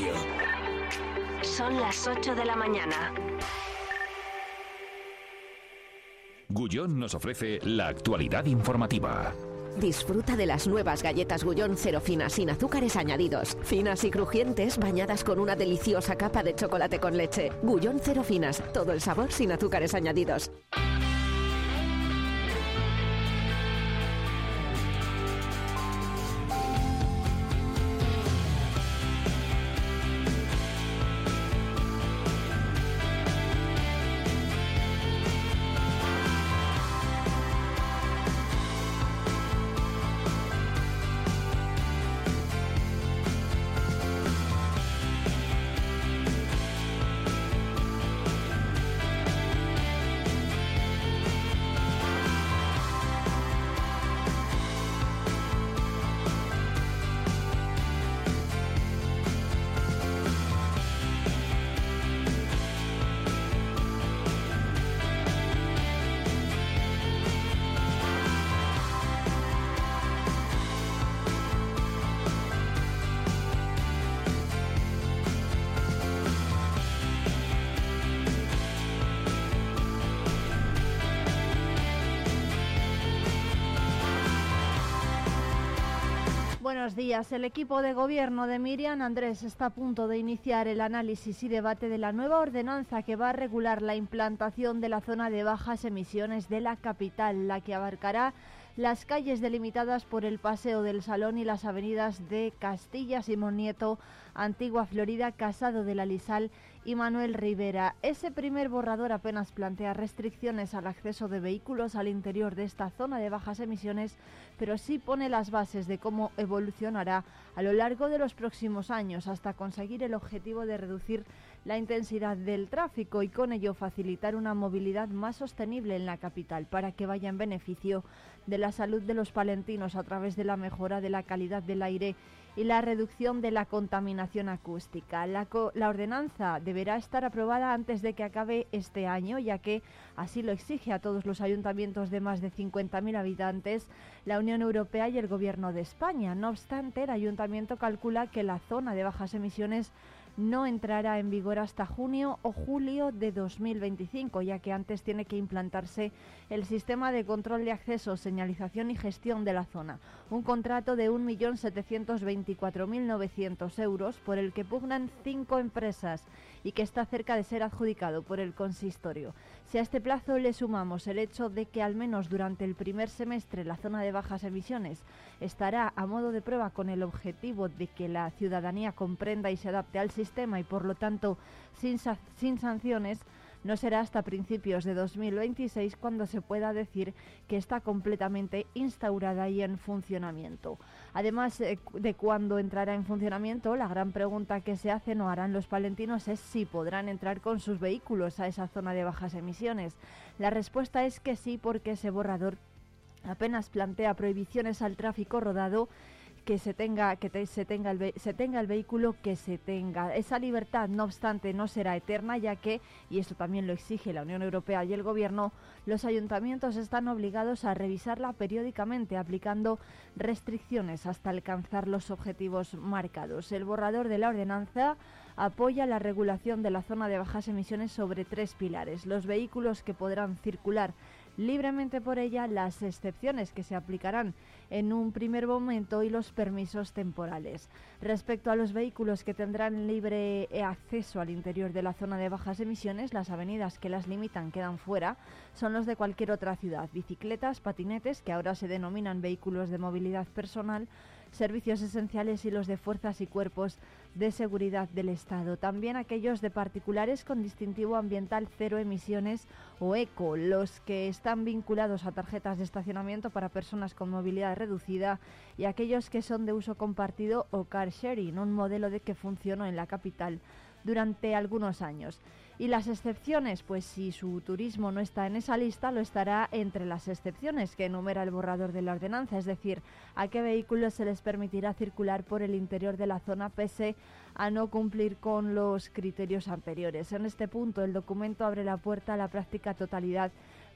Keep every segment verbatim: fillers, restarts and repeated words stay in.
Radio. Son las ocho de la mañana. Gullón nos ofrece la actualidad informativa. Disfruta de las nuevas galletas Gullón cero finas sin azúcares añadidos. Finas y crujientes, bañadas con una deliciosa capa de chocolate con leche. Gullón cero finas, todo el sabor sin azúcares añadidos. Buenos días. El equipo de gobierno de Miriam Andrés está a punto de iniciar el análisis y debate de la nueva ordenanza que va a regular la implantación de la zona de bajas emisiones de la capital, la que abarcará las calles delimitadas por el Paseo del Salón y las avenidas de Castilla, Simón Nieto, Antigua Florida, Casado de la Lisal y Manuel Rivera. Ese primer borrador apenas plantea restricciones al acceso de vehículos al interior de esta zona de bajas emisiones, pero sí pone las bases de cómo evolucionará a lo largo de los próximos años hasta conseguir el objetivo de reducir la intensidad del tráfico y con ello facilitar una movilidad más sostenible en la capital para que vaya en beneficio de la salud de los palentinos a través de la mejora de la calidad del aire y la reducción de la contaminación acústica. La, co- la ordenanza deberá estar aprobada antes de que acabe este año, ya que así lo exige a todos los ayuntamientos de más de cincuenta mil habitantes, la Unión Europea y el Gobierno de España. No obstante, el ayuntamiento calcula que la zona de bajas emisiones no entrará en vigor hasta junio o julio de dos mil veinticinco, ya que antes tiene que implantarse el sistema de control de acceso, señalización y gestión de la zona. Un contrato de un millón setecientos veinticuatro mil novecientos euros por el que pugnan cinco empresas y que está cerca de ser adjudicado por el consistorio. Si a este plazo le sumamos el hecho de que al menos durante el primer semestre la zona de bajas emisiones estará a modo de prueba con el objetivo de que la ciudadanía comprenda y se adapte al sistema y por lo tanto sin, sa- sin sanciones, no será hasta principios de dos mil veintiséis cuando se pueda decir que está completamente instaurada y en funcionamiento. Además eh, de cuándo entrará en funcionamiento, la gran pregunta que se hacen o harán los palentinos es si podrán entrar con sus vehículos a esa zona de bajas emisiones. La respuesta es que sí, porque ese borrador apenas plantea prohibiciones al tráfico rodado, que se tenga que te, se tenga el ve, se tenga el vehículo que se tenga. Esa libertad, no obstante, no será eterna, ya que, y esto también lo exige la Unión Europea y el Gobierno, los ayuntamientos están obligados a revisarla periódicamente, aplicando restricciones hasta alcanzar los objetivos marcados. El borrador de la ordenanza apoya la regulación de la zona de bajas emisiones sobre tres pilares: los vehículos que podrán circular libremente por ella, las excepciones que se aplicarán en un primer momento y los permisos temporales. Respecto a los vehículos que tendrán libre acceso al interior de la zona de bajas emisiones, las avenidas que las limitan quedan fuera, son los de cualquier otra ciudad: bicicletas, patinetes, que ahora se denominan vehículos de movilidad personal, servicios esenciales y los de fuerzas y cuerpos de seguridad del Estado. También aquellos de particulares con distintivo ambiental cero emisiones o eco, los que están vinculados a tarjetas de estacionamiento para personas con movilidad reducida, y aquellos que son de uso compartido o car sharing, un modelo de que funcionó en la capital durante algunos años. Y las excepciones, pues si su turismo no está en esa lista, lo estará entre las excepciones que enumera el borrador de la ordenanza, es decir, a qué vehículos se les permitirá circular por el interior de la zona pese a no cumplir con los criterios anteriores. En este punto, el documento abre la puerta a la práctica totalidad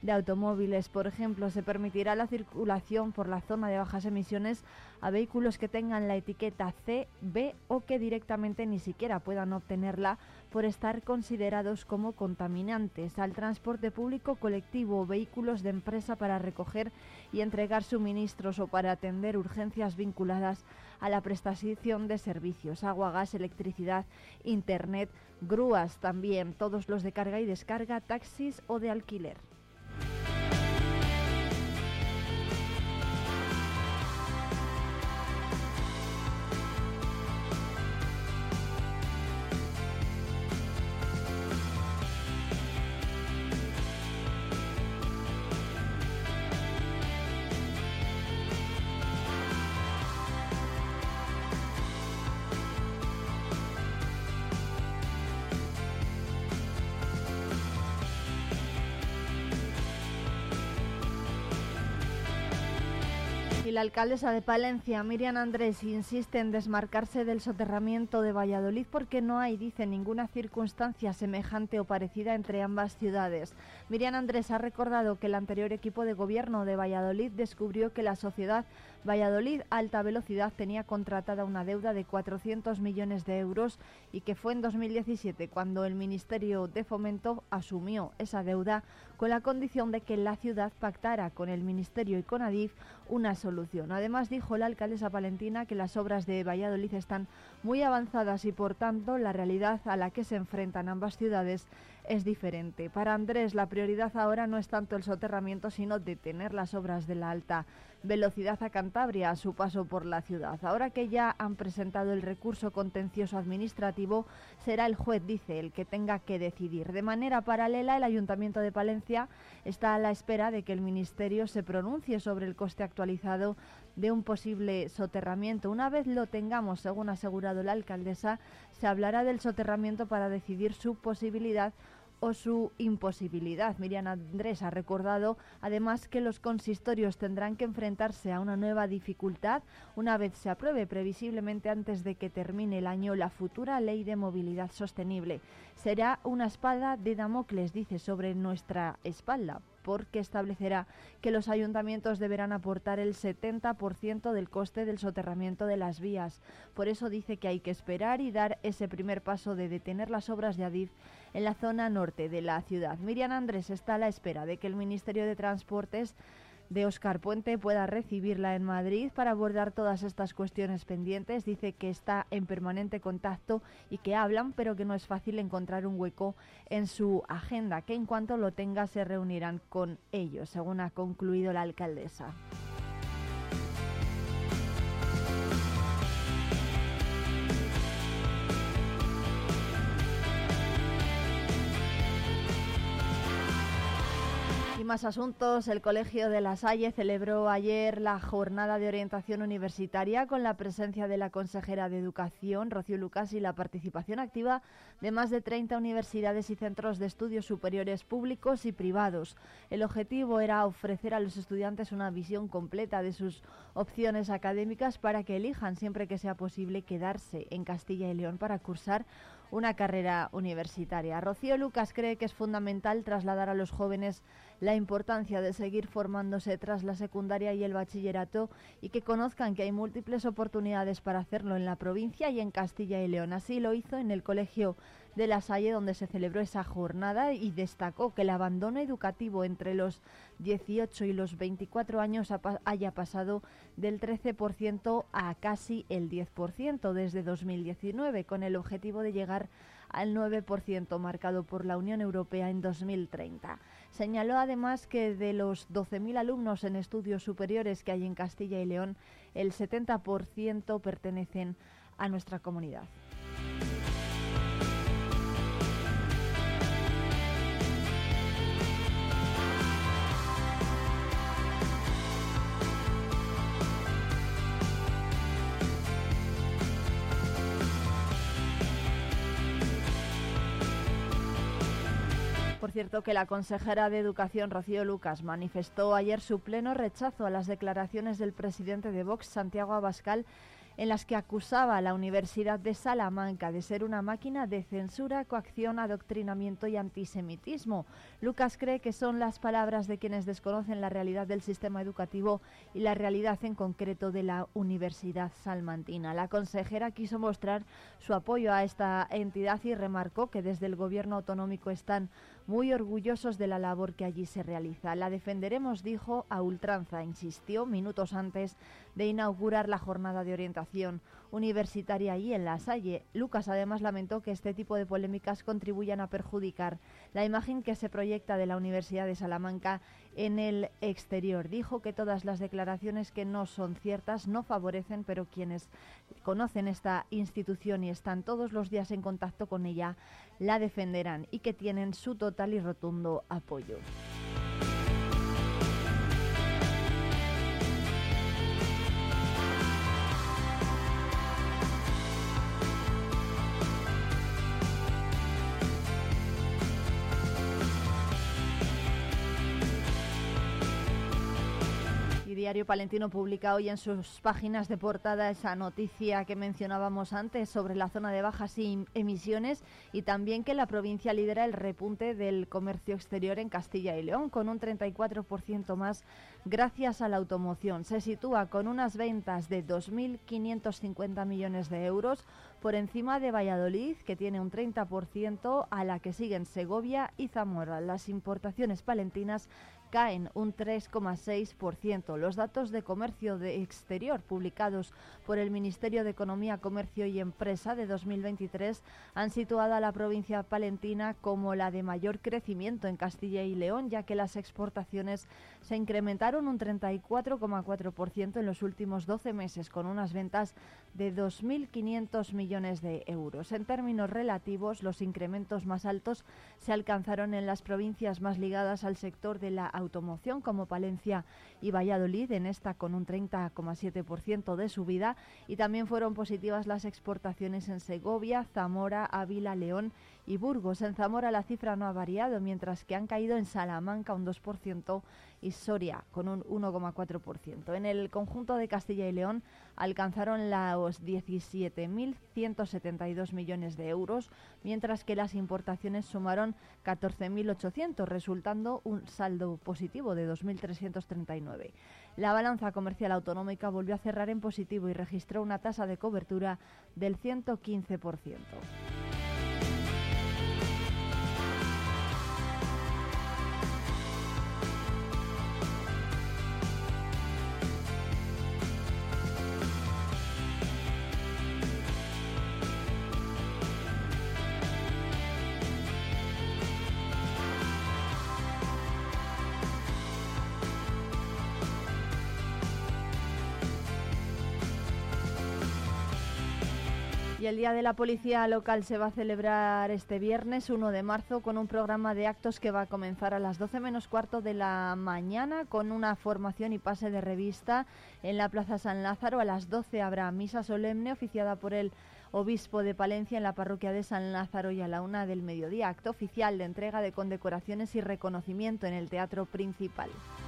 de automóviles. Por ejemplo, se permitirá la circulación por la zona de bajas emisiones a vehículos que tengan la etiqueta C, B o que directamente ni siquiera puedan obtenerla por estar considerados como contaminantes. Al transporte público, colectivo o vehículos de empresa para recoger y entregar suministros o para atender urgencias vinculadas a la prestación de servicios, agua, gas, electricidad, internet, grúas también, todos los de carga y descarga, taxis o de alquiler. La alcaldesa de Palencia, Miriam Andrés, insiste en desmarcarse del soterramiento de Valladolid porque no hay, dice, ninguna circunstancia semejante o parecida entre ambas ciudades. Miriam Andrés ha recordado que el anterior equipo de gobierno de Valladolid descubrió que la sociedad Valladolid Alta Velocidad tenía contratada una deuda de cuatrocientos millones de euros y que fue en dos mil diecisiete cuando el Ministerio de Fomento asumió esa deuda con la condición de que la ciudad pactara con el Ministerio y con Adif una solución. Además, dijo la alcaldesa palentina que las obras de Valladolid están muy avanzadas y, por tanto, la realidad a la que se enfrentan ambas ciudades es diferente. Para Andrés, la prioridad ahora no es tanto el soterramiento, sino detener las obras de la alta velocidad a Cantabria a su paso por la ciudad. Ahora que ya han presentado el recurso contencioso administrativo, será el juez, dice, el que tenga que decidir. De manera paralela, el Ayuntamiento de Palencia está a la espera de que el Ministerio se pronuncie sobre el coste actualizado de un posible soterramiento. Una vez lo tengamos, según ha asegurado la alcaldesa, se hablará del soterramiento para decidir su posibilidad o su imposibilidad. Miriam Andrés ha recordado además que los consistorios tendrán que enfrentarse a una nueva dificultad una vez se apruebe, previsiblemente antes de que termine el año, la futura Ley de Movilidad Sostenible. Será una espada de Damocles, dice, sobre nuestra espalda, porque establecerá que los ayuntamientos deberán aportar el setenta por ciento del coste del soterramiento de las vías. Por eso dice que hay que esperar y dar ese primer paso de detener las obras de Adif en la zona norte de la ciudad. Miriam Andrés está a la espera de que el Ministerio de Transportes de Óscar Puente pueda recibirla en Madrid para abordar todas estas cuestiones pendientes. Dice que está en permanente contacto y que hablan, pero que no es fácil encontrar un hueco en su agenda, que en cuanto lo tenga se reunirán con ellos, según ha concluido la alcaldesa. Más asuntos. El Colegio de La Salle celebró ayer la jornada de orientación universitaria con la presencia de la consejera de Educación, Rocío Lucas, y la participación activa de más de treinta universidades y centros de estudios superiores públicos y privados. El objetivo era ofrecer a los estudiantes una visión completa de sus opciones académicas para que elijan, siempre que sea posible, quedarse en Castilla y León para cursar una carrera universitaria. Rocío Lucas cree que es fundamental trasladar a los jóvenes la importancia de seguir formándose tras la secundaria y el bachillerato y que conozcan que hay múltiples oportunidades para hacerlo en la provincia y en Castilla y León. Así lo hizo en el Colegio de La Salle, donde se celebró esa jornada, y destacó que el abandono educativo entre los dieciocho y los veinticuatro años haya pasado del trece por ciento a casi el diez por ciento desde dos mil diecinueve, con el objetivo de llegar al nueve por ciento marcado por la Unión Europea en dos mil treinta. Señaló además que de los doce mil alumnos en estudios superiores que hay en Castilla y León, el setenta por ciento pertenecen a nuestra comunidad. Por cierto, que la consejera de Educación, Rocío Lucas, manifestó ayer su pleno rechazo a las declaraciones del presidente de Vox, Santiago Abascal, en las que acusaba a la Universidad de Salamanca de ser una máquina de censura, coacción, adoctrinamiento y antisemitismo. Lucas cree que son las palabras de quienes desconocen la realidad del sistema educativo y la realidad en concreto de la Universidad Salmantina. La consejera quiso mostrar su apoyo a esta entidad y remarcó que desde el gobierno autonómico están muy orgullosos de la labor que allí se realiza. La defenderemos, dijo, a ultranza, insistió minutos antes de inaugurar la jornada de orientación universitaria allí en La Salle. Lucas además lamentó que este tipo de polémicas contribuyan a perjudicar la imagen que se proyecta de la Universidad de Salamanca en el exterior. Dijo que todas las declaraciones que no son ciertas no favorecen, pero quienes conocen esta institución y están todos los días en contacto con ella la defenderán y que tienen su total y rotundo apoyo. Diario Palentino publica hoy en sus páginas de portada esa noticia que mencionábamos antes sobre la zona de bajas emisiones y también que la provincia lidera el repunte del comercio exterior en Castilla y León con un treinta y cuatro por ciento más gracias a la automoción. Se sitúa con unas ventas de dos mil quinientos cincuenta millones de euros por encima de Valladolid, que tiene un treinta por ciento, a la que siguen Segovia y Zamora. Las importaciones palentinas caen un tres coma seis por ciento. Los datos de comercio de exterior publicados por el Ministerio de Economía, Comercio y Empresa de dos mil veintitrés han situado a la provincia palentina como la de mayor crecimiento en Castilla y León, ya que las exportaciones se incrementaron un treinta y cuatro coma cuatro por ciento en los últimos doce meses, con unas ventas de dos mil quinientos millones de euros. En términos relativos, los incrementos más altos se alcanzaron en las provincias más ligadas al sector de la automoción, como Palencia y Valladolid, en esta con un treinta coma siete por ciento de subida, y también fueron positivas las exportaciones en Segovia, Zamora, Ávila, León y Burgos. En Zamora la cifra no ha variado, mientras que han caído en Salamanca un dos por ciento y Soria con un uno coma cuatro por ciento. En el conjunto de Castilla y León alcanzaron los diecisiete mil ciento setenta y dos millones de euros, mientras que las importaciones sumaron catorce mil ochocientos, resultando un saldo positivo de dos mil trescientos treinta y nueve. La balanza comercial autonómica volvió a cerrar en positivo y registró una tasa de cobertura del ciento quince por ciento. Y el Día de la Policía Local se va a celebrar este viernes uno de marzo con un programa de actos que va a comenzar a las doce menos cuarto de la mañana con una formación y pase de revista en la Plaza San Lázaro. A las doce habrá misa solemne oficiada por el obispo de Palencia en la parroquia de San Lázaro, y a la una del mediodía acto oficial de entrega de condecoraciones y reconocimiento en el Teatro Principal.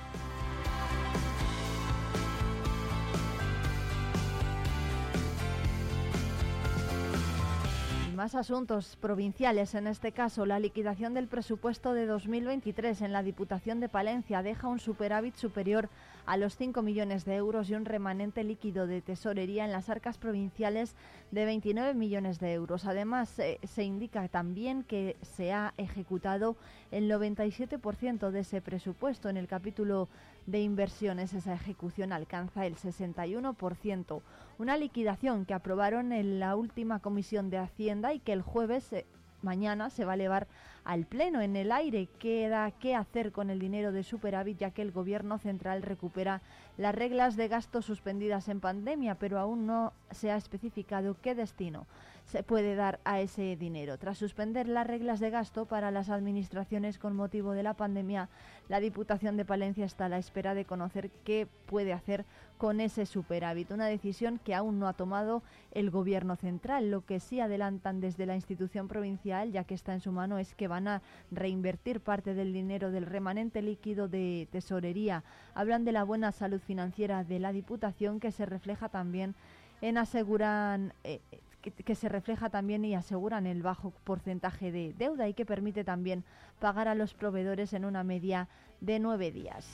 Más asuntos provinciales, en este caso la liquidación del presupuesto de dos mil veintitrés en la Diputación de Palencia deja un superávit superior a los cinco millones de euros y un remanente líquido de tesorería en las arcas provinciales de veintinueve millones de euros. Además, eh, se indica también que se ha ejecutado el noventa y siete por ciento de ese presupuesto. En el capítulo de inversiones, esa ejecución alcanza el sesenta y uno por ciento. Una liquidación que aprobaron en la última comisión de Hacienda y que el jueves eh, mañana se va a elevar al Pleno. En el aire queda qué hacer con el dinero de superávit, ya que el Gobierno central recupera las reglas de gasto suspendidas en pandemia, pero aún no se ha especificado qué destino se puede dar a ese dinero. Tras suspender las reglas de gasto para las administraciones con motivo de la pandemia, la Diputación de Palencia está a la espera de conocer qué puede hacer con ese superávit, una decisión que aún no ha tomado el Gobierno central. Lo que sí adelantan desde la institución provincial, ya que está en su mano, es que van a reinvertir parte del dinero del remanente líquido de tesorería. Hablan de la buena salud financiera de la Diputación, que se refleja también en aseguran eh, que, que se refleja también y aseguran el bajo porcentaje de deuda y que permite también pagar a los proveedores en una media de nueve días.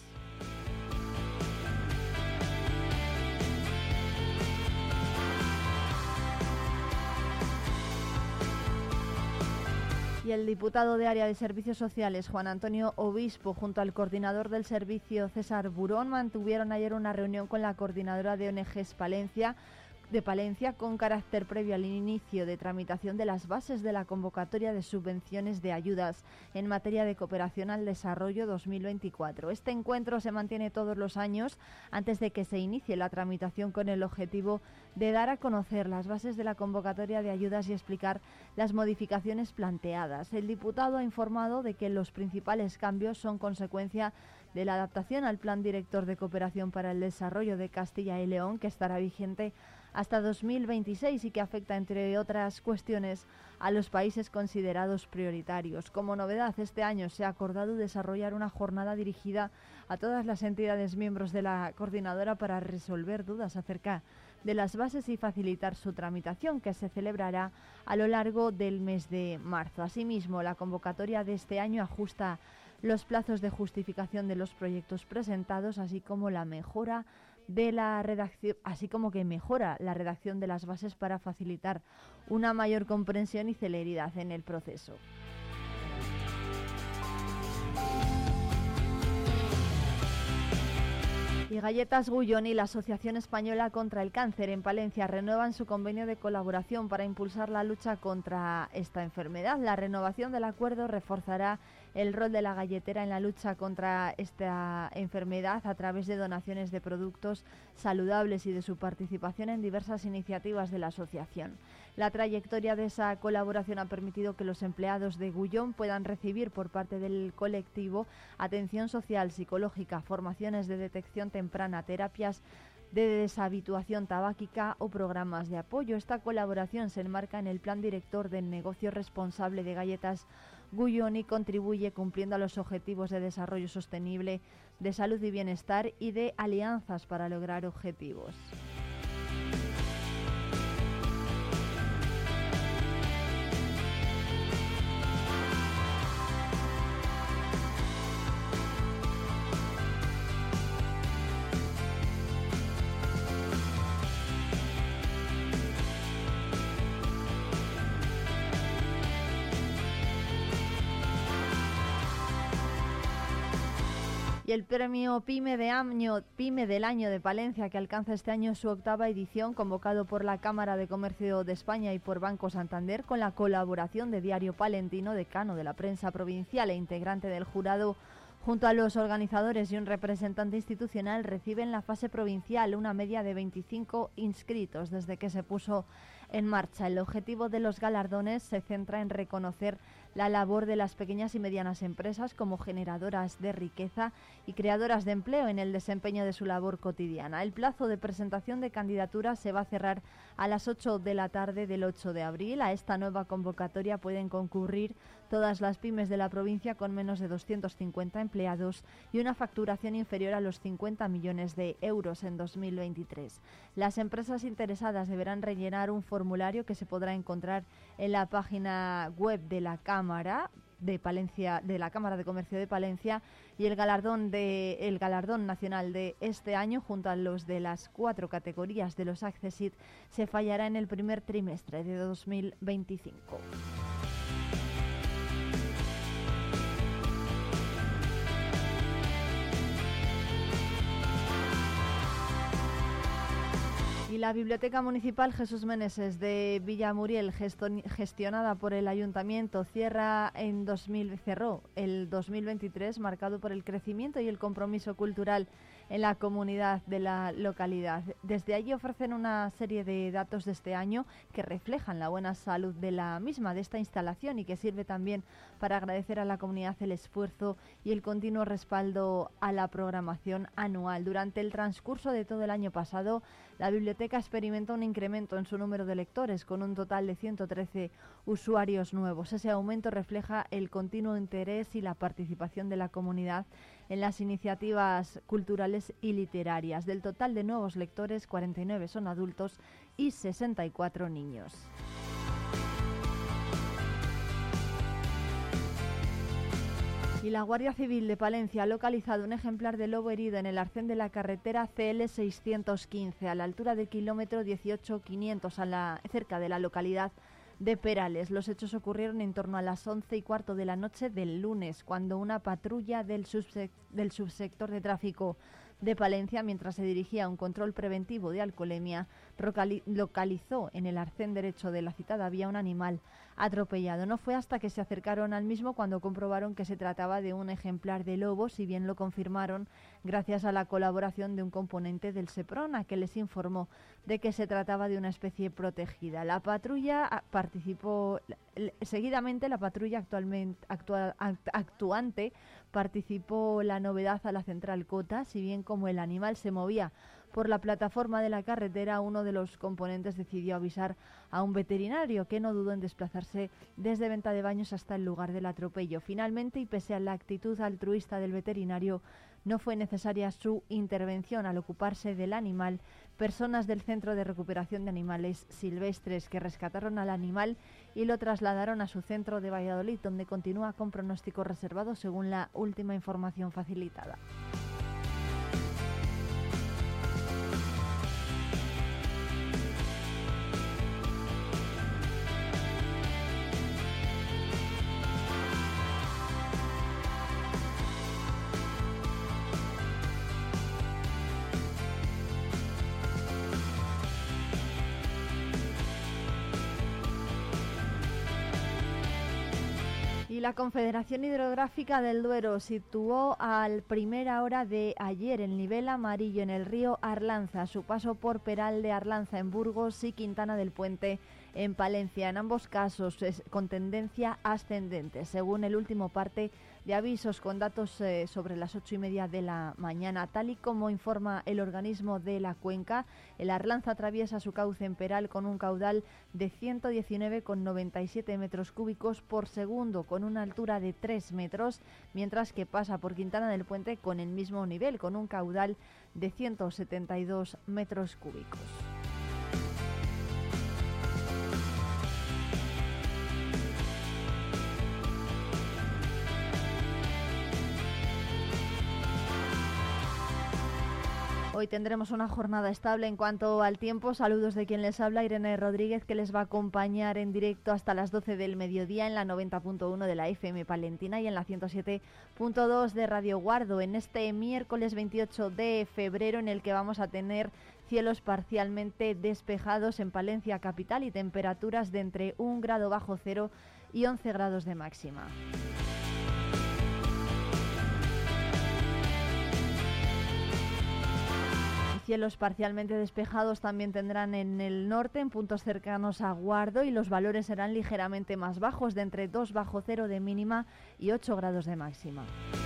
Y el diputado de Área de Servicios Sociales, Juan Antonio Obispo, junto al coordinador del servicio, César Burón, mantuvieron ayer una reunión con la coordinadora de O N Ges Palencia, de Palencia con carácter previo al inicio de tramitación de las bases de la convocatoria de subvenciones de ayudas en materia de cooperación al desarrollo dos mil veinticuatro. Este encuentro se mantiene todos los años antes de que se inicie la tramitación con el objetivo de dar a conocer las bases de la convocatoria de ayudas y explicar las modificaciones planteadas. El diputado ha informado de que los principales cambios son consecuencia de la adaptación al Plan Director de Cooperación para el Desarrollo de Castilla y León, que estará vigente hasta dos mil veintiséis y que afecta, entre otras cuestiones, a los países considerados prioritarios. Como novedad, este año se ha acordado desarrollar una jornada dirigida a todas las entidades miembros de la coordinadora para resolver dudas acerca de las bases y facilitar su tramitación, que se celebrará a lo largo del mes de marzo. Asimismo, la convocatoria de este año ajusta los plazos de justificación de los proyectos presentados, así como la mejora de la redacción, así como que mejora la redacción de las bases para facilitar una mayor comprensión y celeridad en el proceso. Y Galletas Gullón y la Asociación Española contra el Cáncer en Palencia renuevan su convenio de colaboración para impulsar la lucha contra esta enfermedad. La renovación del acuerdo reforzará el rol de la galletera en la lucha contra esta enfermedad a través de donaciones de productos saludables y de su participación en diversas iniciativas de la asociación. La trayectoria de esa colaboración ha permitido que los empleados de Gullón puedan recibir por parte del colectivo atención social, psicológica, formaciones de detección temprana, terapias de deshabituación tabáquica o programas de apoyo. Esta colaboración se enmarca en el Plan Director del Negocio Responsable de Galletas Gullón y contribuye cumpliendo a los objetivos de desarrollo sostenible, de salud y bienestar y de alianzas para lograr objetivos. Y el premio PYME, de año, PYME del Año de Palencia, que alcanza este año su octava edición, convocado por la Cámara de Comercio de España y por Banco Santander, con la colaboración de Diario Palentino, decano de la prensa provincial e integrante del jurado, junto a los organizadores y un representante institucional, recibe en la fase provincial una media de veinticinco inscritos desde que se puso en marcha. El objetivo de los galardones se centra en reconocer la labor de las pequeñas y medianas empresas como generadoras de riqueza y creadoras de empleo en el desempeño de su labor cotidiana. El plazo de presentación de candidaturas se va a cerrar a las ocho de la tarde del ocho de abril. A esta nueva convocatoria pueden concurrir todas las pymes de la provincia con menos de doscientos cincuenta empleados y una facturación inferior a los cincuenta millones de euros en dos mil veintitrés. Las empresas interesadas deberán rellenar un formulario que se podrá encontrar en la página web de la Cámara de Palencia, de la Cámara de Comercio de Palencia, y el galardón de el galardón nacional de este año, junto a los de las cuatro categorías de los Accesit, se fallará en el primer trimestre de dos mil veinticinco. Y la Biblioteca Municipal Jesús Meneses de Villamuriel, gestionada por el Ayuntamiento, cierra en dos mil, cerró el dos mil veintitrés, marcado por el crecimiento y el compromiso cultural en la comunidad de la localidad. Desde allí ofrecen una serie de datos de este año que reflejan la buena salud de la misma, de esta instalación, y que sirve también para agradecer a la comunidad el esfuerzo y el continuo respaldo a la programación anual. Durante el transcurso de todo el año pasado, la biblioteca experimentó un incremento en su número de lectores, con un total de ciento trece usuarios nuevos. Ese aumento refleja el continuo interés y la participación de la comunidad en las iniciativas culturales y literarias. Del total de nuevos lectores, cuarenta y nueve son adultos y sesenta y cuatro niños. Y la Guardia Civil de Palencia ha localizado un ejemplar de lobo herido en el arcén de la carretera C L seiscientos quince, a la altura del kilómetro dieciocho quinientos, a la, cerca de la localidad de Perales. Los hechos ocurrieron en torno a las once y cuarto de la noche del lunes, cuando una patrulla del, subsec- del subsector de tráfico de Palencia, mientras se dirigía a un control preventivo de alcoholemia, localizó en el arcén derecho de la citada vía un animal atropellado. No fue hasta que se acercaron al mismo cuando comprobaron que se trataba de un ejemplar de lobo, si bien lo confirmaron gracias a la colaboración de un componente del Seprona, que les informó de que se trataba de una especie protegida. La patrulla participó, seguidamente la patrulla actualmente actual, actuante participó la novedad a la central Cota, si bien como el animal se movía por la plataforma de la carretera, uno de los componentes decidió avisar a un veterinario, que no dudó en desplazarse desde Ventadebaños hasta el lugar del atropello. Finalmente, y pese a la actitud altruista del veterinario, no fue necesaria su intervención. Al ocuparse del animal, personas del Centro de Recuperación de Animales Silvestres que rescataron al animal y lo trasladaron a su centro de Valladolid, donde continúa con pronóstico reservado según la última información facilitada. La Confederación Hidrográfica del Duero situó al primera hora de ayer el nivel amarillo en el río Arlanza, a su paso por Peral de Arlanza en Burgos y Quintana del Puente en Palencia. En ambos casos es con tendencia ascendente, según el último parte de avisos con datos eh, sobre las ocho y media de la mañana. Tal y como informa el organismo de la cuenca, el Arlanza atraviesa su cauce en Peral con un caudal de ciento diecinueve coma noventa y siete metros cúbicos por segundo, con una altura de tres metros, mientras que pasa por Quintana del Puente con el mismo nivel, con un caudal de ciento setenta y dos metros cúbicos. Hoy tendremos una jornada estable en cuanto al tiempo. Saludos de quien les habla, Irene Rodríguez, que les va a acompañar en directo hasta las doce del mediodía en la noventa punto uno de la F M Palentina y en la ciento siete punto dos de Radio Guardo, en este miércoles veintiocho de febrero, en el que vamos a tener cielos parcialmente despejados en Palencia capital y temperaturas de entre un grado bajo cero y once grados de máxima. Cielos parcialmente despejados también tendrán en el norte, en puntos cercanos a Guardo, y los valores serán ligeramente más bajos, de entre dos bajo cero de mínima y ocho grados de máxima.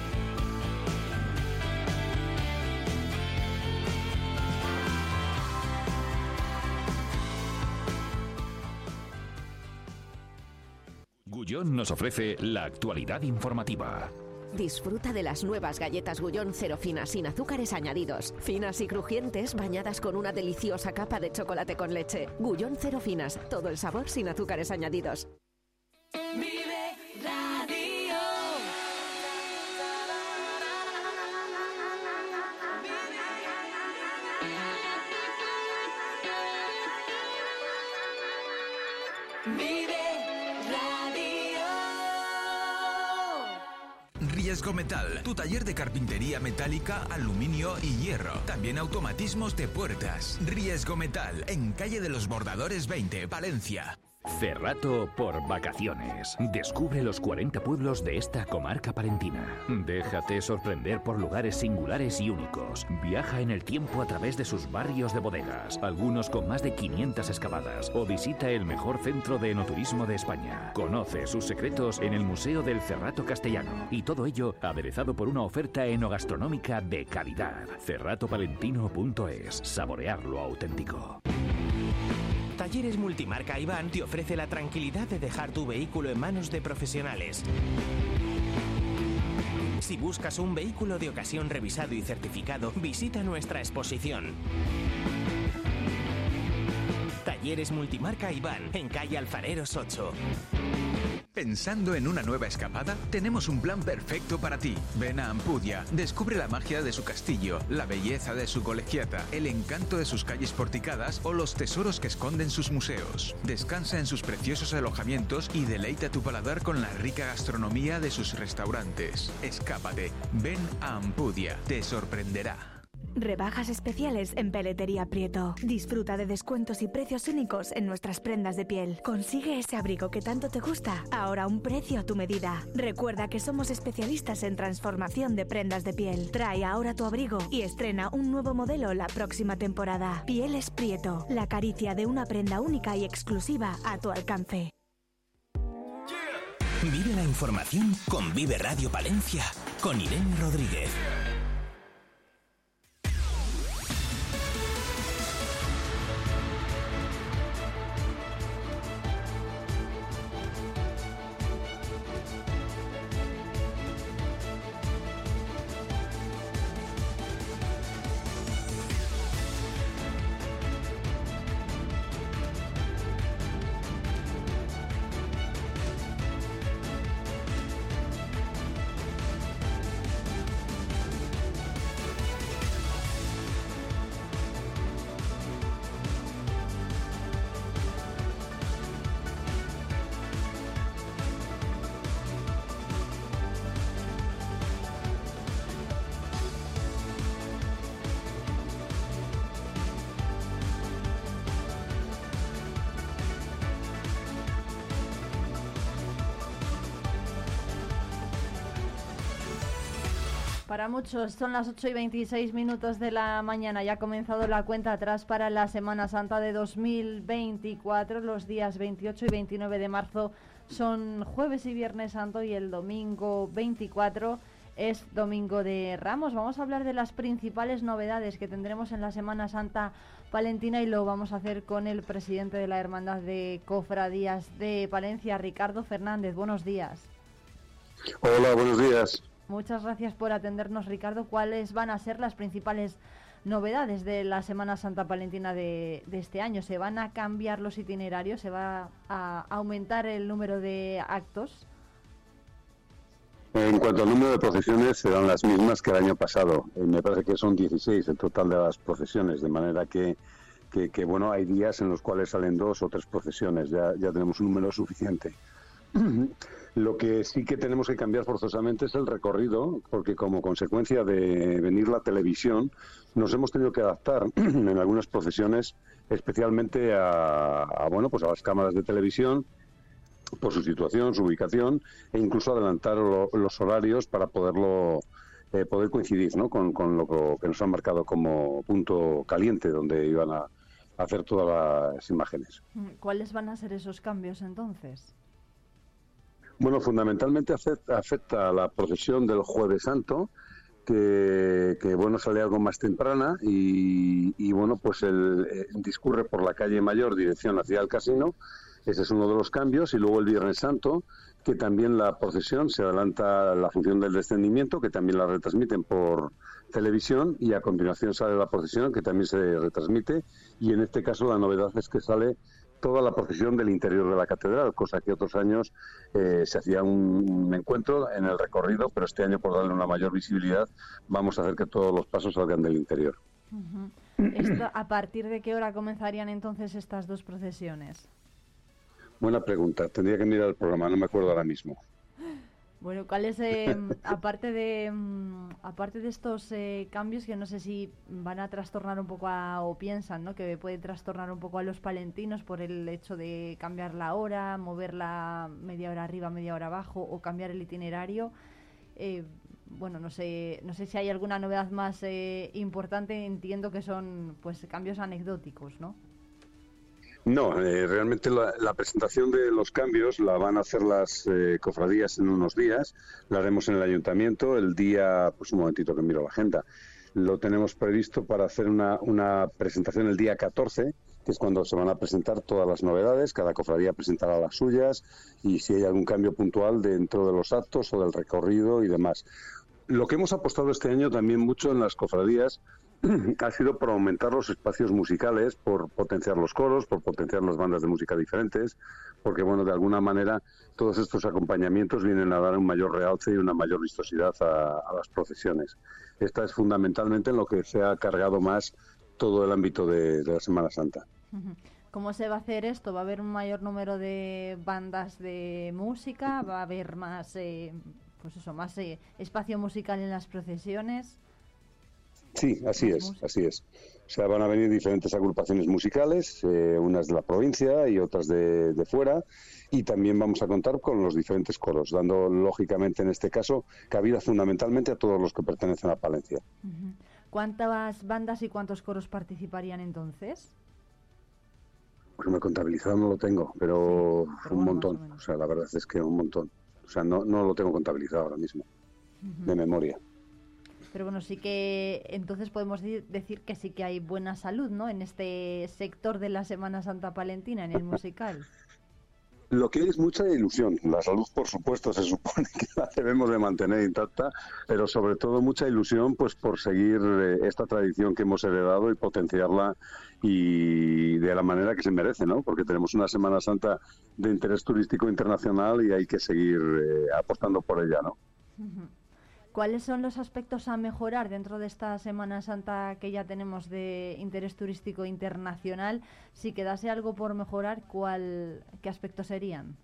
Gullón nos ofrece la actualidad informativa. Disfruta de las nuevas galletas Gullón cero finas sin azúcares añadidos. Finas y crujientes, bañadas con una deliciosa capa de chocolate con leche. Gullón cero finas, todo el sabor sin azúcares añadidos. Vive Radio. Vive Riesgo Metal, tu taller de carpintería metálica, aluminio y hierro. También automatismos de puertas. Riesgo Metal, en calle de los Bordadores veinte, Palencia. Cerrato por vacaciones. Descubre los cuarenta pueblos de esta comarca palentina. Déjate sorprender por lugares singulares y únicos. Viaja en el tiempo a través de sus barrios de bodegas, algunos con más de quinientas excavadas, o visita el mejor centro de enoturismo de España. Conoce sus secretos en el Museo del Cerrato Castellano, y todo ello aderezado por una oferta enogastronómica de calidad. cerrato palentino punto es. Saborear lo auténtico. Talleres Multimarca Iván te ofrece la tranquilidad de dejar tu vehículo en manos de profesionales. Si buscas un vehículo de ocasión revisado y certificado, visita nuestra exposición. Talleres Multimarca Iván, en calle Alfareros ocho. ¿Pensando en una nueva escapada? Tenemos un plan perfecto para ti. Ven a Ampudia, descubre la magia de su castillo, la belleza de su colegiata, el encanto de sus calles porticadas o los tesoros que esconden sus museos. Descansa en sus preciosos alojamientos y deleita tu paladar con la rica gastronomía de sus restaurantes. Escápate, ven a Ampudia, te sorprenderá. Rebajas especiales en Peletería Prieto. Disfruta de descuentos y precios únicos en nuestras prendas de piel. Consigue ese abrigo que tanto te gusta, ahora a un precio a tu medida. Recuerda que somos especialistas en transformación de prendas de piel. Trae ahora tu abrigo y estrena un nuevo modelo la próxima temporada. Pieles Prieto, la caricia de una prenda única y exclusiva a tu alcance. Vive la información con Vive Radio Palencia, con Irene Rodríguez. Para muchos son las ocho y veintiséis minutos de la mañana. Ya ha comenzado la cuenta atrás para la Semana Santa de dos mil veinticuatro. Los días veintiocho y veintinueve de marzo son jueves y viernes santo y el domingo veinticuatro es domingo de Ramos. Vamos a hablar de las principales novedades que tendremos en la Semana Santa palentina y lo vamos a hacer con el presidente de la Hermandad de Cofradías de Palencia, Ricardo Fernández. Buenos días. Hola, buenos días. Muchas gracias por atendernos, Ricardo. ¿Cuáles van a ser las principales novedades de la Semana Santa palentina de, de este año? ¿Se van a cambiar los itinerarios? ¿Se va a aumentar el número de actos? En cuanto al número de procesiones, serán las mismas que el año pasado. Eh, me parece que son dieciséis el total de las procesiones, de manera que, que, que bueno, hay días en los cuales salen dos o tres procesiones. Ya, ya tenemos un número suficiente. Lo que sí que tenemos que cambiar forzosamente es el recorrido, porque como consecuencia de venir la televisión, nos hemos tenido que adaptar en algunas procesiones, especialmente a, a bueno, pues a las cámaras de televisión, por su situación, su ubicación, e incluso adelantar lo, los horarios para poderlo eh, poder coincidir, ¿no?, con, con lo que nos han marcado como punto caliente, donde iban a, a hacer todas las imágenes. ¿Cuáles van a ser esos cambios entonces? Bueno, fundamentalmente afecta, afecta a la procesión del Jueves Santo, que, que bueno, sale algo más temprana y, y bueno, pues el, eh, discurre por la calle Mayor, dirección hacia el casino. Ese es uno de los cambios. Y luego el Viernes Santo, que también la procesión se adelanta la función del descendimiento, que también la retransmiten por televisión, y a continuación sale la procesión, que también se retransmite, y en este caso la novedad es que sale toda la procesión del interior de la catedral, cosa que otros años eh, se hacía un, un encuentro en el recorrido, pero este año, por darle una mayor visibilidad, vamos a hacer que todos los pasos salgan del interior. Uh-huh. Esto, ¿a partir de qué hora comenzarían entonces estas dos procesiones? Buena pregunta, tendría que mirar el programa, no me acuerdo ahora mismo. Bueno, ¿cuáles, eh, aparte de aparte de estos eh, cambios que no sé si van a trastornar un poco a, o piensan, ¿no?, que puede trastornar un poco a los palentinos por el hecho de cambiar la hora, moverla media hora arriba, media hora abajo o cambiar el itinerario? Eh, bueno, no sé, no sé si hay alguna novedad más eh, importante. Entiendo que son pues cambios anecdóticos, ¿no? No, eh, realmente la, la presentación de los cambios la van a hacer las eh, cofradías en unos días. La haremos en el ayuntamiento el día, pues un momentito que miro la agenda. Lo tenemos previsto para hacer una, una presentación el día catorce, que es cuando se van a presentar todas las novedades. Cada cofradía presentará las suyas y si hay algún cambio puntual dentro de los actos o del recorrido y demás. Lo que hemos apostado este año también mucho en las cofradías ha sido por aumentar los espacios musicales, por potenciar los coros, por potenciar las bandas de música diferentes, porque bueno, de alguna manera todos estos acompañamientos vienen a dar un mayor realce y una mayor vistosidad a, a las procesiones. Esta es fundamentalmente en lo que se ha cargado más todo el ámbito de, de la Semana Santa. ¿Cómo se va a hacer esto? ¿Va a haber un mayor número de bandas de música? ¿Va a haber más, eh, pues eso, más eh, espacio musical en las procesiones? Sí, así es, así es. O sea, van a venir diferentes agrupaciones musicales, eh, unas de la provincia y otras de, de fuera, y también vamos a contar con los diferentes coros, dando, lógicamente, en este caso, cabida fundamentalmente a todos los que pertenecen a Palencia. Uh-huh. ¿Cuántas bandas y cuántos coros participarían entonces? Pues me he contabilizado, no lo tengo, pero, sí, pero un bueno, montón. O sea, la verdad es que un montón. O sea, no, no lo tengo contabilizado ahora mismo, uh-huh. de memoria. Pero bueno, sí que entonces podemos decir que sí que hay buena salud, ¿no?, en este sector de la Semana Santa palentina, en el musical. Lo que hay es mucha ilusión. La salud, por supuesto, se supone que la debemos de mantener intacta, pero sobre todo mucha ilusión pues por seguir eh, esta tradición que hemos heredado y potenciarla y de la manera que se merece, ¿no? Porque tenemos una Semana Santa de interés turístico internacional y hay que seguir eh, apostando por ella, ¿no? Uh-huh. ¿Cuáles son los aspectos a mejorar dentro de esta Semana Santa que ya tenemos de interés turístico internacional? Si quedase algo por mejorar, ¿cuál, qué aspectos serían?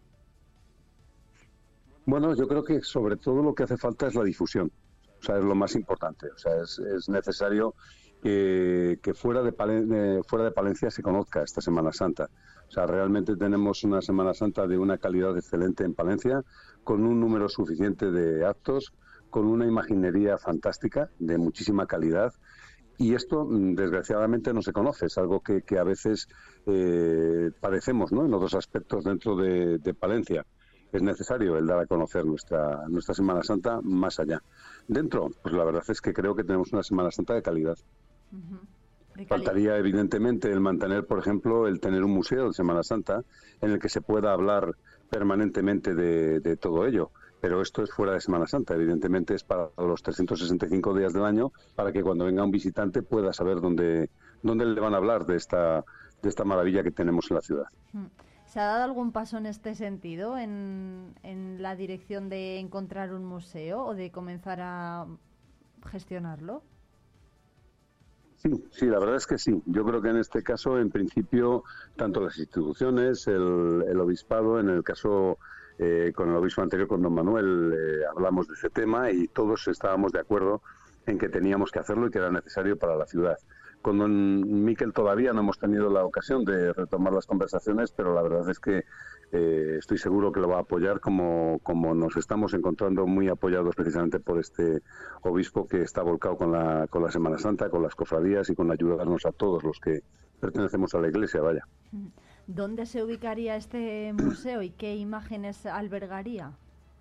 Bueno, yo creo que sobre todo lo que hace falta es la difusión. O sea, es lo más importante. O sea, es, es necesario que, que fuera de Palen- fuera de Palencia se conozca esta Semana Santa. O sea, realmente tenemos una Semana Santa de una calidad excelente en Palencia, con un número suficiente de actos, con una imaginería fantástica, de muchísima calidad, y esto desgraciadamente no se conoce, es algo que, que a veces eh, padecemos, ¿no?, en otros aspectos dentro de, de Palencia. Es necesario el dar a conocer nuestra, nuestra Semana Santa más allá. Dentro, pues la verdad es que creo que tenemos una Semana Santa de calidad. Uh-huh. Faltaría evidentemente el mantener, por ejemplo, el tener un museo de Semana Santa en el que se pueda hablar permanentemente de, de todo ello. Pero esto es fuera de Semana Santa, evidentemente es para los trescientos sesenta y cinco días del año, para que cuando venga un visitante pueda saber dónde, dónde le van a hablar de esta, de esta maravilla que tenemos en la ciudad. ¿Se ha dado algún paso en este sentido, en, en la dirección de encontrar un museo o de comenzar a gestionarlo? Sí, sí, la verdad es que sí. Yo creo que en este caso, en principio, tanto las instituciones, el, el obispado, en el caso... Eh, con el obispo anterior, con don Manuel, eh, hablamos de ese tema y todos estábamos de acuerdo en que teníamos que hacerlo y que era necesario para la ciudad. Con don Miquel todavía no hemos tenido la ocasión de retomar las conversaciones, pero la verdad es que eh, estoy seguro que lo va a apoyar, como, como nos estamos encontrando muy apoyados precisamente por este obispo que está volcado con la, con la Semana Santa, con las cofradías y con ayudarnos a todos los que pertenecemos a la Iglesia, vaya. ¿Dónde se ubicaría este museo y qué imágenes albergaría?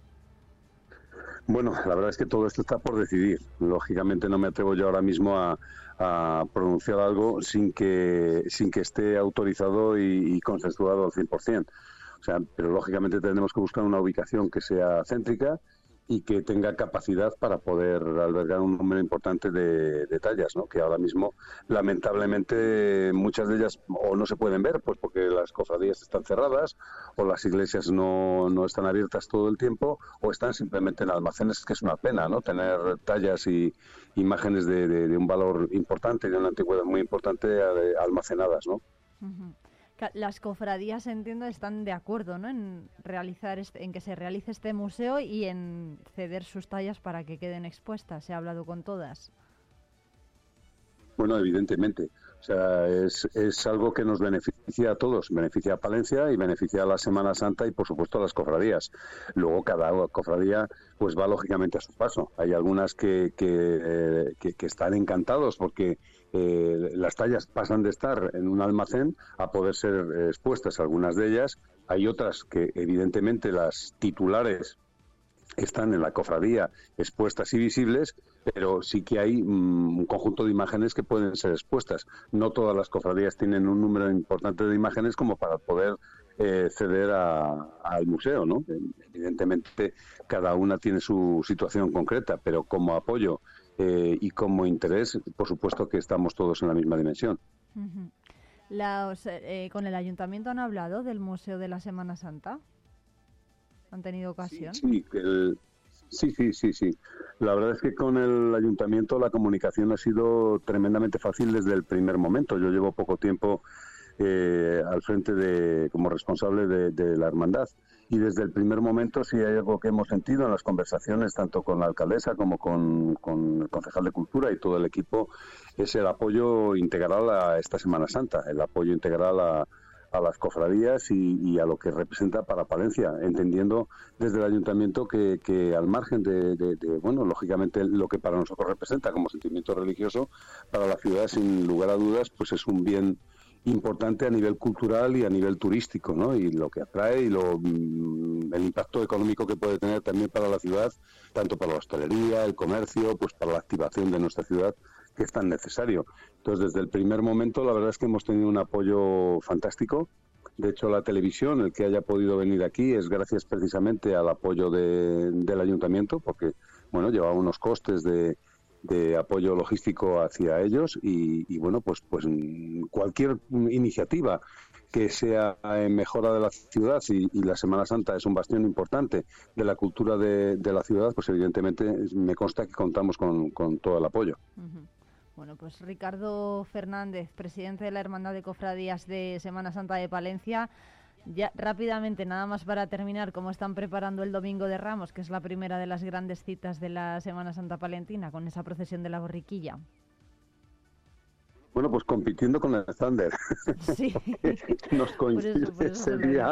Bueno, la verdad es que todo esto está por decidir. Lógicamente no me atrevo yo ahora mismo a, a pronunciar algo sin que sin que esté autorizado y, y consensuado al cien por ciento. O sea, pero lógicamente tenemos que buscar una ubicación que sea céntrica y que tenga capacidad para poder albergar un número importante de, de tallas, ¿no? Que ahora mismo, lamentablemente, muchas de ellas o no se pueden ver, pues porque las cofradías están cerradas, o las iglesias no, no están abiertas todo el tiempo, o están simplemente en almacenes, que es una pena, ¿no? Tener tallas y imágenes de, de, de un valor importante, de una antigüedad muy importante, almacenadas, ¿no? Uh-huh. Las cofradías, entiendo, están de acuerdo, ¿no?, en realizar este, en que se realice este museo y en ceder sus tallas para que queden expuestas. ¿Se ha hablado con todas? Bueno, evidentemente. O sea, es, es algo que nos beneficia a todos. Beneficia a Palencia y beneficia a la Semana Santa y, por supuesto, a las cofradías. Luego, cada cofradía pues va lógicamente a su paso. Hay algunas que, que, eh, que, que están encantados porque eh, las tallas pasan de estar en un almacén a poder ser eh, expuestas, algunas de ellas. Hay otras que, evidentemente, las titulares están en la cofradía expuestas y visibles, pero sí que hay mm, un conjunto de imágenes que pueden ser expuestas. No todas las cofradías tienen un número importante de imágenes como para poder eh, ceder a, al museo, ¿no? Evidentemente cada una tiene su situación concreta, pero como apoyo eh, y como interés, por supuesto que estamos todos en la misma dimensión. Uh-huh. Los, eh, ¿Con el ayuntamiento han hablado del Museo de la Semana Santa? ¿Han tenido ocasión? Sí, sí, el, sí, sí, sí, sí. La verdad es que con el ayuntamiento la comunicación ha sido tremendamente fácil desde el primer momento. Yo llevo poco tiempo eh, al frente de como responsable de, de la hermandad. Y desde el primer momento, sí hay algo que hemos sentido en las conversaciones, tanto con la alcaldesa como con, con el concejal de Cultura y todo el equipo, es el apoyo integral a esta Semana Santa, el apoyo integral a, a las cofradías y, y a lo que representa para Palencia, entendiendo desde el ayuntamiento que, que al margen de, de, de, bueno, lógicamente lo que para nosotros representa como sentimiento religioso, para la ciudad, sin lugar a dudas, pues es un bien importante a nivel cultural y a nivel turístico, ¿no? Y lo que atrae y lo, el impacto económico que puede tener también para la ciudad, tanto para la hostelería, el comercio, pues para la activación de nuestra ciudad, que es tan necesario. Entonces, desde el primer momento, la verdad es que hemos tenido un apoyo fantástico. De hecho, la televisión, el que haya podido venir aquí, es gracias precisamente al apoyo de, del ayuntamiento, porque, bueno, llevaba unos costes de de apoyo logístico hacia ellos y, y bueno, pues pues cualquier iniciativa que sea en mejora de la ciudad y, y la Semana Santa es un bastión importante de la cultura de, de la ciudad, pues evidentemente me consta que contamos con, con todo el apoyo. Uh-huh. Bueno, pues Ricardo Fernández, presidente de la Hermandad de Cofradías de Semana Santa de Palencia. Ya rápidamente, nada más para terminar, ¿cómo están preparando el Domingo de Ramos, que es la primera de las grandes citas de la Semana Santa palentina, con esa procesión de la borriquilla? Bueno, pues compitiendo con el Thunder. Sí. Nos coincide por eso, por eso ese día,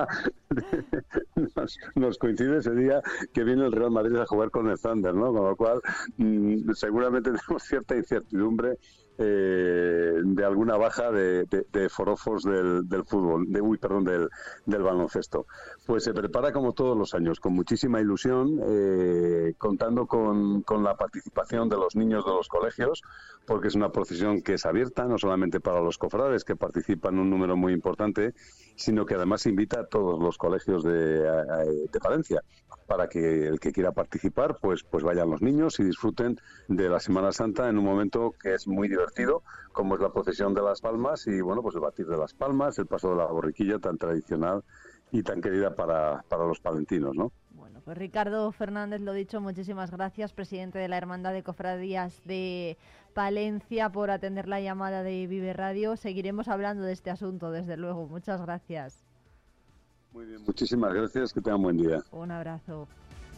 nos, nos coincide ese día que viene el Real Madrid a jugar con el Thunder, ¿no? Con lo cual, mmm, seguramente tenemos cierta incertidumbre Eh, de alguna baja de, de, de forofos del, del fútbol, de uy, perdón, del, del baloncesto. Pues se prepara como todos los años, con muchísima ilusión, eh, contando con, con la participación de los niños de los colegios, porque es una procesión que es abierta, no solamente para los cofrades, que participan un número muy importante, sino que además invita a todos los colegios de, de Palencia, para que el que quiera participar, pues, pues vayan los niños y disfruten de la Semana Santa en un momento que es muy divertido, como es la procesión de las palmas y, bueno, pues el batir de las palmas, el paso de la borriquilla tan tradicional y tan querida para, para los palentinos, ¿no? Bueno, pues Ricardo Fernández, lo dicho, muchísimas gracias, presidente de la Hermandad de Cofradías de Palencia, por atender la llamada de Vive Radio. Seguiremos hablando de este asunto, desde luego. Muchas gracias. Muy bien, muchísimas gracias, que tengan buen día. Un abrazo.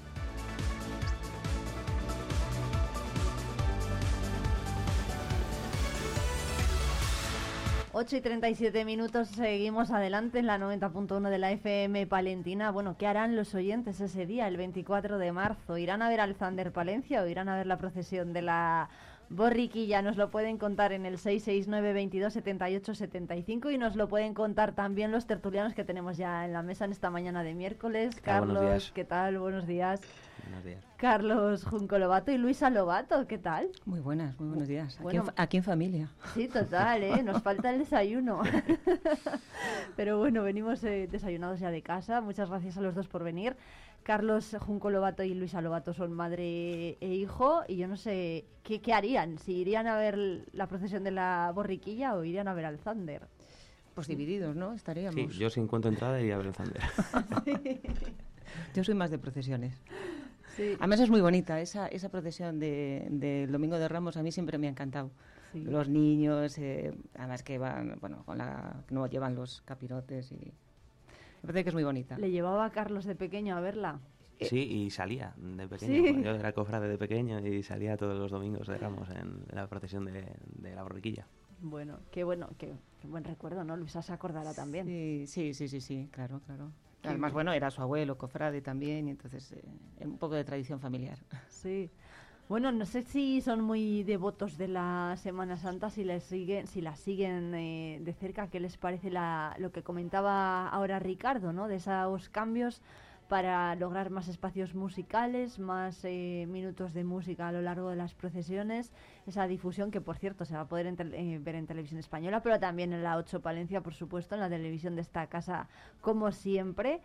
ocho y treinta y siete minutos, seguimos adelante en la noventa punto uno de la F M palentina. Bueno, ¿qué harán los oyentes ese día, el veinticuatro de marzo? ¿Irán a ver al Thunder Palencia o irán a ver la procesión de la borriquilla? Nos lo pueden contar en el seis seis nueve, veintidós, setenta y ocho, setenta y cinco y nos lo pueden contar también los tertulianos que tenemos ya en la mesa en esta mañana de miércoles. Ah, Carlos, ¿qué tal? Buenos días. Buenos días. Carlos Junco Lobato y Luisa Lobato, ¿qué tal? Muy buenas, muy buenos días. Aquí, bueno, en, aquí en familia. Sí, total, ¿eh? Nos falta el desayuno. Pero bueno, venimos eh, desayunados ya de casa. Muchas gracias a los dos por venir. Carlos Junco Lobato y Luisa Lobato son madre e hijo y yo no sé qué, qué harían, si irían a ver la procesión de la borriquilla o irían a ver al Thunder. Pues divididos, ¿no? Estaríamos. Sí, yo si encuentro entrada iría a ver el Thunder. Sí. Yo soy más de procesiones. Sí. Además es muy bonita, esa, esa procesión del de, de Domingo de Ramos a mí siempre me ha encantado. Sí. Los niños, eh, además que van, bueno, con la, no llevan los capirotes y me parece que es muy bonita. ¿Le llevaba a Carlos de pequeño a verla? Sí, y salía de pequeño. ¿Sí? Yo era cofrade de pequeño y salía todos los domingos de Ramos en, en la procesión de, de la borriquilla. Bueno, qué bueno, qué, qué buen recuerdo, ¿no? Luisa se acordará también. Sí, sí, sí, sí, sí, claro, claro. Además, bueno, era su abuelo, cofrade también, y entonces eh, un poco de tradición familiar. Sí. Bueno, no sé si son muy devotos de la Semana Santa, si les siguen, si la siguen eh, de cerca. ¿Qué les parece la, lo que comentaba ahora Ricardo, ¿no? De esos cambios para lograr más espacios musicales, más eh, minutos de música a lo largo de las procesiones, esa difusión que, por cierto, se va a poder en tel- eh, ver en Televisión Española, pero también en la ocho Palencia, por supuesto, en la televisión de esta casa, como siempre,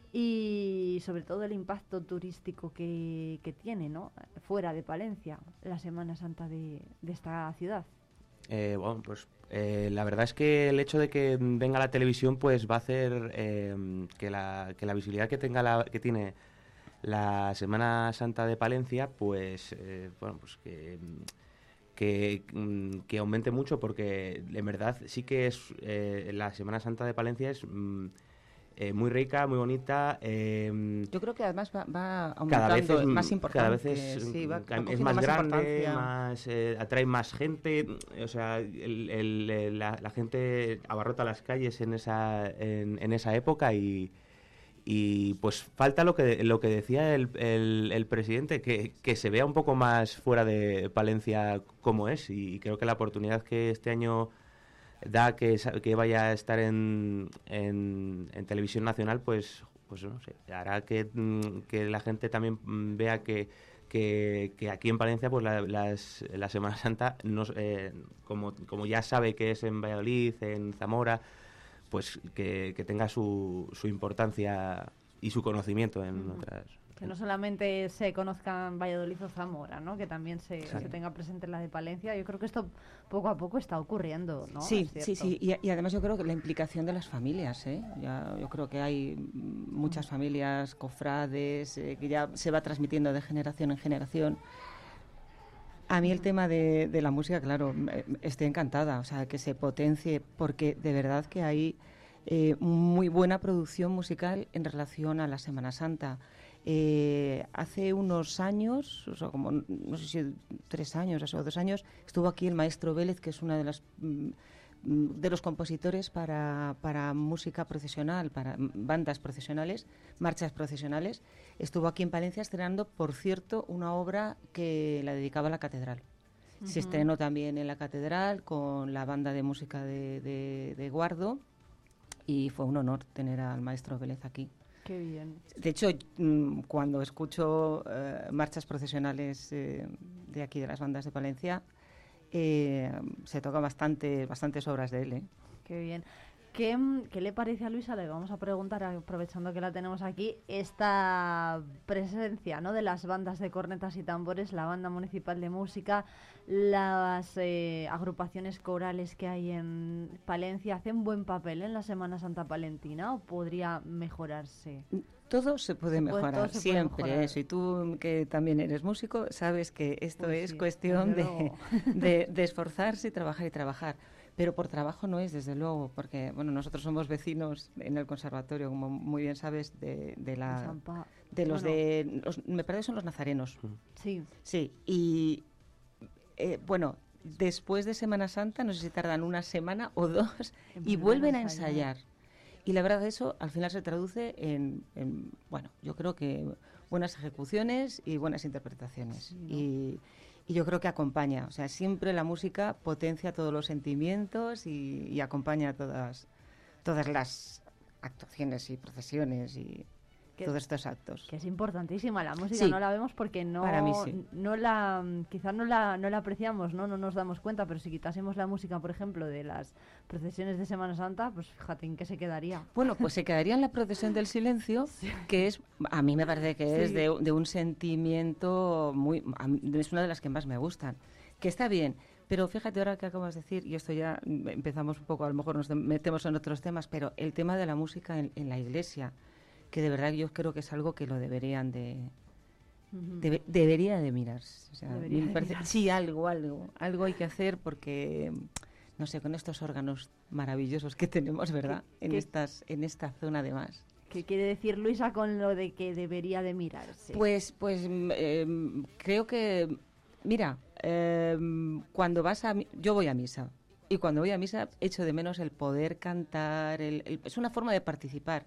y sobre todo el impacto turístico que, que tiene, ¿no?, fuera de Palencia, la Semana Santa de, de esta ciudad. Eh, bueno, pues eh, la verdad es que el hecho de que venga la televisión pues va a hacer eh, que, la, que la visibilidad que tenga la, que tiene la Semana Santa de Palencia pues eh, bueno pues que, que, que aumente mucho, porque en verdad sí que es eh, la Semana Santa de Palencia es mm, eh, muy rica, muy bonita. Eh, Yo creo que además va, va aumentando, cada vez es más importante. Cada vez es, sí, va, va es más, más grande, más, eh, atrae más gente. O sea, el, el, el, la, la gente abarrota las calles en esa, en, en esa época y, y pues falta lo que, lo que decía el, el, el presidente, que, que se vea un poco más fuera de Palencia como es, y creo que la oportunidad que este año da que, que vaya a estar en, en, en televisión nacional, pues pues no sé, hará que, que la gente también vea que, que, que aquí en Palencia pues la, las, la Semana Santa, no, eh, como, como ya sabe que es en Valladolid, en Zamora, pues que, que tenga su, su importancia y su conocimiento en uh-huh. otras... Que no solamente se conozcan Valladolid o Zamora, ¿no?, que también se, sí. se tenga presente la de Palencia. Yo creo que esto poco a poco está ocurriendo, ¿no? Sí, sí, sí. Y, y además yo creo que la implicación de las familias, ¿eh? Ya, yo creo que hay muchas familias, cofrades, eh, que ya se va transmitiendo de generación en generación. A mí el tema de, de la música, claro, estoy encantada, o sea, que se potencie, porque de verdad que hay eh, muy buena producción musical en relación a la Semana Santa. Eh, hace unos años, o sea, como no sé si tres años o dos años, estuvo aquí el maestro Vélez, que es una de las mm, de los compositores para, para música procesional, para bandas procesionales, marchas procesionales. Estuvo aquí en Palencia estrenando, por cierto, una obra que la dedicaba a la catedral. Uh-huh. Se estrenó también en la catedral con la banda de música de, de, de Guardo, y fue un honor tener al maestro Vélez aquí. Qué bien. De hecho, cuando escucho eh, marchas procesionales eh, de aquí, de las bandas de Palencia, eh, se tocan bastante, bastantes obras de él. ¿eh? Qué bien. ¿Qué, ¿Qué le parece a Luisa? Le vamos a preguntar, aprovechando que la tenemos aquí, esta presencia, ¿no?, de las bandas de cornetas y tambores, la Banda Municipal de Música, las eh, agrupaciones corales que hay en Palencia. ¿Hacen buen papel en la Semana Santa palentina o podría mejorarse? Todo se puede se mejorar, puede, se siempre. puede mejorar. Eso. Y tú, que también eres músico, sabes que esto pues es sí, cuestión de, de, de esforzarse y trabajar y trabajar. Pero por trabajo no es, desde luego, porque bueno, nosotros somos vecinos en el conservatorio, como muy bien sabes, de, de la de los bueno. de los, me parece que son los nazarenos. Sí. Sí, y eh, bueno, después de Semana Santa, no sé si tardan una semana o dos, en y vuelven a ensayar. Y la verdad, eso al final se traduce en, en bueno, yo creo que buenas ejecuciones y buenas interpretaciones. Sí, ¿no? Y Y yo creo que acompaña, o sea, siempre la música potencia todos los sentimientos y, y acompaña todas, todas las actuaciones y procesiones y que, todos estos actos. Que es importantísima la música, sí, no la vemos porque no, para mí sí. no la, quizás no la, no la apreciamos, ¿no? No nos damos cuenta, pero si quitásemos la música, por ejemplo, de las procesiones de Semana Santa, pues fíjate en qué se quedaría. Bueno, pues se quedaría en la procesión del silencio, sí. que es, a mí me parece que sí. es de, de un sentimiento muy, es una de las que más me gustan, que está bien. Pero fíjate ahora que acabas de decir, y esto ya empezamos un poco, a lo mejor nos metemos en otros temas, pero el tema de la música en, en la iglesia, que de verdad yo creo que es algo que lo deberían de... Uh-huh. Debe, debería de mirarse. O sea, debería me parece, de sí, algo, algo. Algo hay que hacer porque, no sé, con estos órganos maravillosos que tenemos, ¿verdad? ¿Qué, en, qué, estas, en esta zona además. ¿Qué quiere decir Luisa con lo de que debería de mirarse? Pues, pues eh, creo que, mira, eh, cuando vas a... Yo voy a misa. Y cuando voy a misa echo de menos el poder cantar. El, el, es una forma de participar.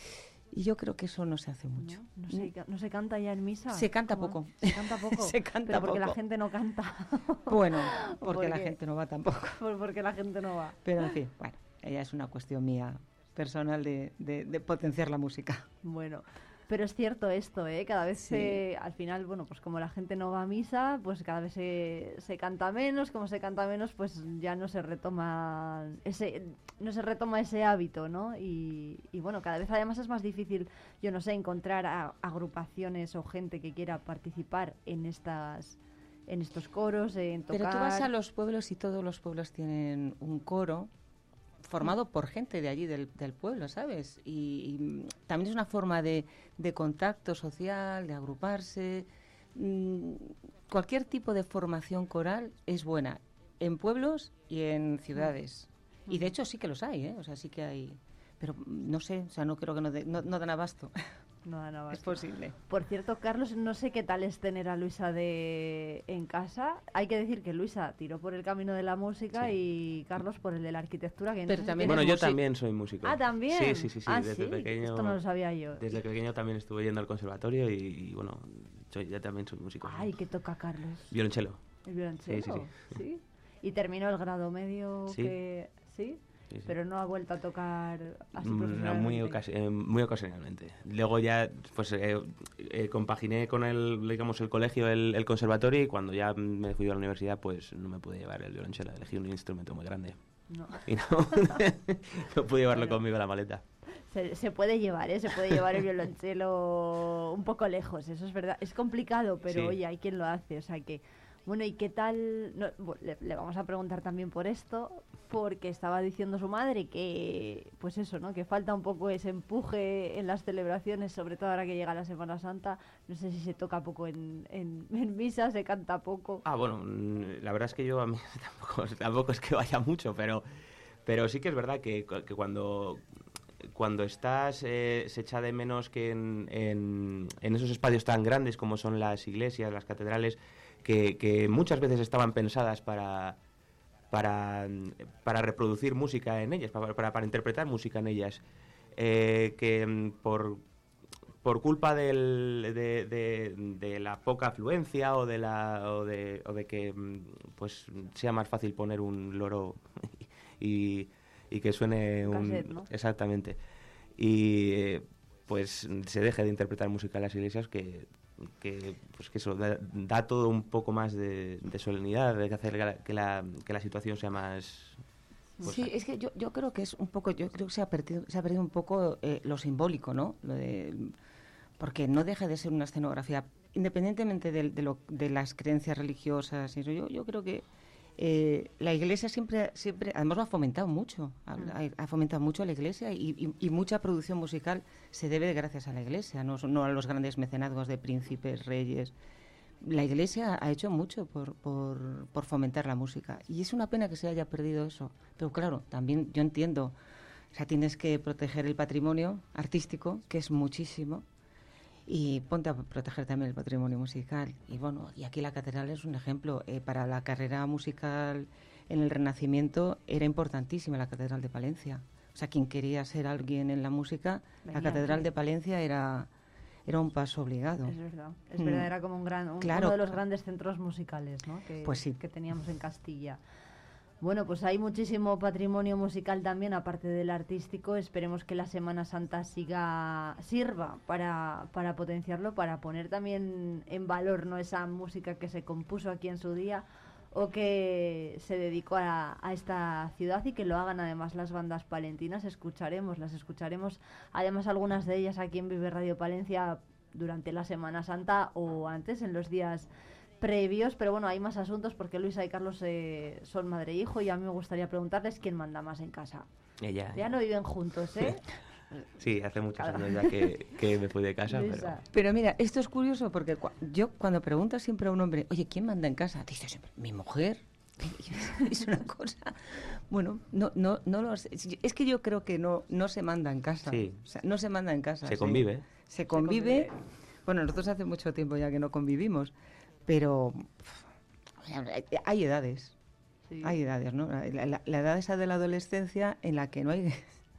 Y yo creo que eso no se hace mucho. No, no, se, ¿no se canta ya en misa? Se canta poco. Se canta poco. se canta Pero porque poco. la gente no canta. Bueno, porque, porque la gente no va tampoco. Porque la gente no va. Pero en fin, bueno, ella es una cuestión mía personal de, de, de potenciar la música. Bueno, Pero es cierto esto, ¿eh? Cada vez Sí. se, al final, bueno, pues como la gente no va a misa, pues cada vez se, se canta menos, como se canta menos, pues ya no se retoma ese, no se retoma ese hábito, ¿no? Y, y bueno, cada vez además es más difícil, yo no sé, encontrar a- agrupaciones o gente que quiera participar en estas, en estos coros, en tocar. Pero tú vas a los pueblos y todos los pueblos tienen un coro formado por gente de allí, del, del pueblo, ¿sabes? Y, y también es una forma de, de contacto social, de agruparse. Mm, cualquier tipo de formación coral es buena en pueblos y en ciudades. Y de hecho sí que los hay, ¿eh? O sea, sí que hay. Pero mm, no sé, o sea, no creo que no, de- no, no dan abasto. No dan abasto. Es posible. Por cierto, Carlos, no sé qué tal es tener a Luisa de en casa. Hay que decir que Luisa tiró por el camino de la música y Carlos por el de la arquitectura. Que no Pero sé si también Bueno, tienes yo música- también soy músico. Ah, ¿también? Sí, sí, sí, sí. Ah, desde sí, pequeño. esto no lo sabía yo. Desde pequeño también estuve yendo al conservatorio y, y, bueno, soy, ya también soy músico. Ay, ¿qué toca Carlos? Violonchelo. ¿El violonchelo? Sí, sí, sí. ¿Sí? ¿Y terminó el grado medio? Sí. Que... ¿Sí? Sí, sí. Pero no ha vuelto a tocar así Mm, profesionalmente. muy, ocasi- eh, muy ocasionalmente. Luego ya pues eh, eh, compaginé con el, digamos, el colegio, el, el conservatorio, y cuando ya me fui a la universidad pues no me pude llevar el violonchelo. Elegí un instrumento muy grande. No. Y no, no pude llevarlo Bueno. conmigo a la maleta. Se, se puede llevar, ¿eh? Se puede llevar el violonchelo un poco lejos, eso es verdad. Es complicado, pero Sí. oye, hay quien lo hace, o sea que... Bueno, ¿y qué tal? No, bu- le, le vamos a preguntar también por esto, porque estaba diciendo su madre que, pues eso, ¿no? Que falta un poco ese empuje en las celebraciones, sobre todo ahora que llega la Semana Santa. No sé si se toca poco en, en, en misa, se canta poco. Ah, bueno, mm, la verdad es que yo a mí tampoco, tampoco es que vaya mucho, pero, pero sí que es verdad que, que cuando, cuando estás eh, se echa de menos que en, en, en esos espacios tan grandes como son las iglesias, las catedrales, que, que muchas veces estaban pensadas para, para, para reproducir música en ellas, para, para, para interpretar música en ellas, eh, que mm, por... por culpa del, de, de, de la poca afluencia o de la o de, o de que mm, pues sea más fácil poner un loro y, y que suene un Cassette, ¿no? Exactamente, y eh, pues se deje de interpretar música en las iglesias, que que pues que eso da, da todo un poco más de, de solemnidad, de hacer que la, que la, que la situación sea más... pues, Sí, es que yo, yo creo que es un poco, yo creo que se ha perdido, se ha perdido un poco eh, lo simbólico, ¿no? Lo de, porque no deja de ser una escenografía, independientemente de, de, lo, de las creencias religiosas y eso. Yo, yo creo que eh, la Iglesia siempre, siempre, además lo ha fomentado mucho, ha, ha fomentado mucho a la Iglesia y, y, y mucha producción musical se debe de gracias a la Iglesia, no, no a los grandes mecenazgos de príncipes, reyes. La Iglesia ha hecho mucho por, por, por fomentar la música y es una pena que se haya perdido eso. Pero claro, también yo entiendo, o sea, tienes que proteger el patrimonio artístico, que es muchísimo, y ponte a proteger también el patrimonio musical. Y bueno, y aquí la catedral es un ejemplo. Eh, para la carrera musical en el Renacimiento era importantísima la catedral de Palencia. O sea, quien quería ser alguien en la música, Venía la catedral aquí. de Palencia era... Era un paso obligado. Es verdad, es Mm. verdad, era como un gran, un- Claro. uno de los grandes centros musicales, ¿no? Que, Pues sí. que teníamos en Castilla. Bueno, pues hay muchísimo patrimonio musical también, aparte del artístico. Esperemos que la Semana Santa siga sirva para, para potenciarlo, para poner también en valor, ¿no?, esa música que se compuso aquí en su día o que se dedicó a, a esta ciudad, y que lo hagan además las bandas palentinas. Escucharemos, las escucharemos además algunas de ellas aquí en Vive Radio Palencia durante la Semana Santa o antes, en los días previos. Pero bueno, hay más asuntos porque Luisa y Carlos eh, son madre e hijo, y a mí me gustaría preguntarles quién manda más en casa. Ella, Ya no viven juntos, ¿eh? sí, hace muchos Claro. años ya que, que me fui de casa, pero... Luisa. Pero mira, esto es curioso porque cua- yo cuando pregunto siempre a un hombre, oye, ¿quién manda en casa? Dice siempre, mi mujer. Es una cosa... Bueno, no, no, no lo sé. Es que yo creo que no, no se manda en casa. Sí. O sea, no se manda en casa. Se sí. convive. Se convive. convive. Bueno, nosotros hace mucho tiempo ya que no convivimos, pero pff, hay edades. Sí. Hay edades, ¿no? La, la- la edad esa de la adolescencia en la que no hay...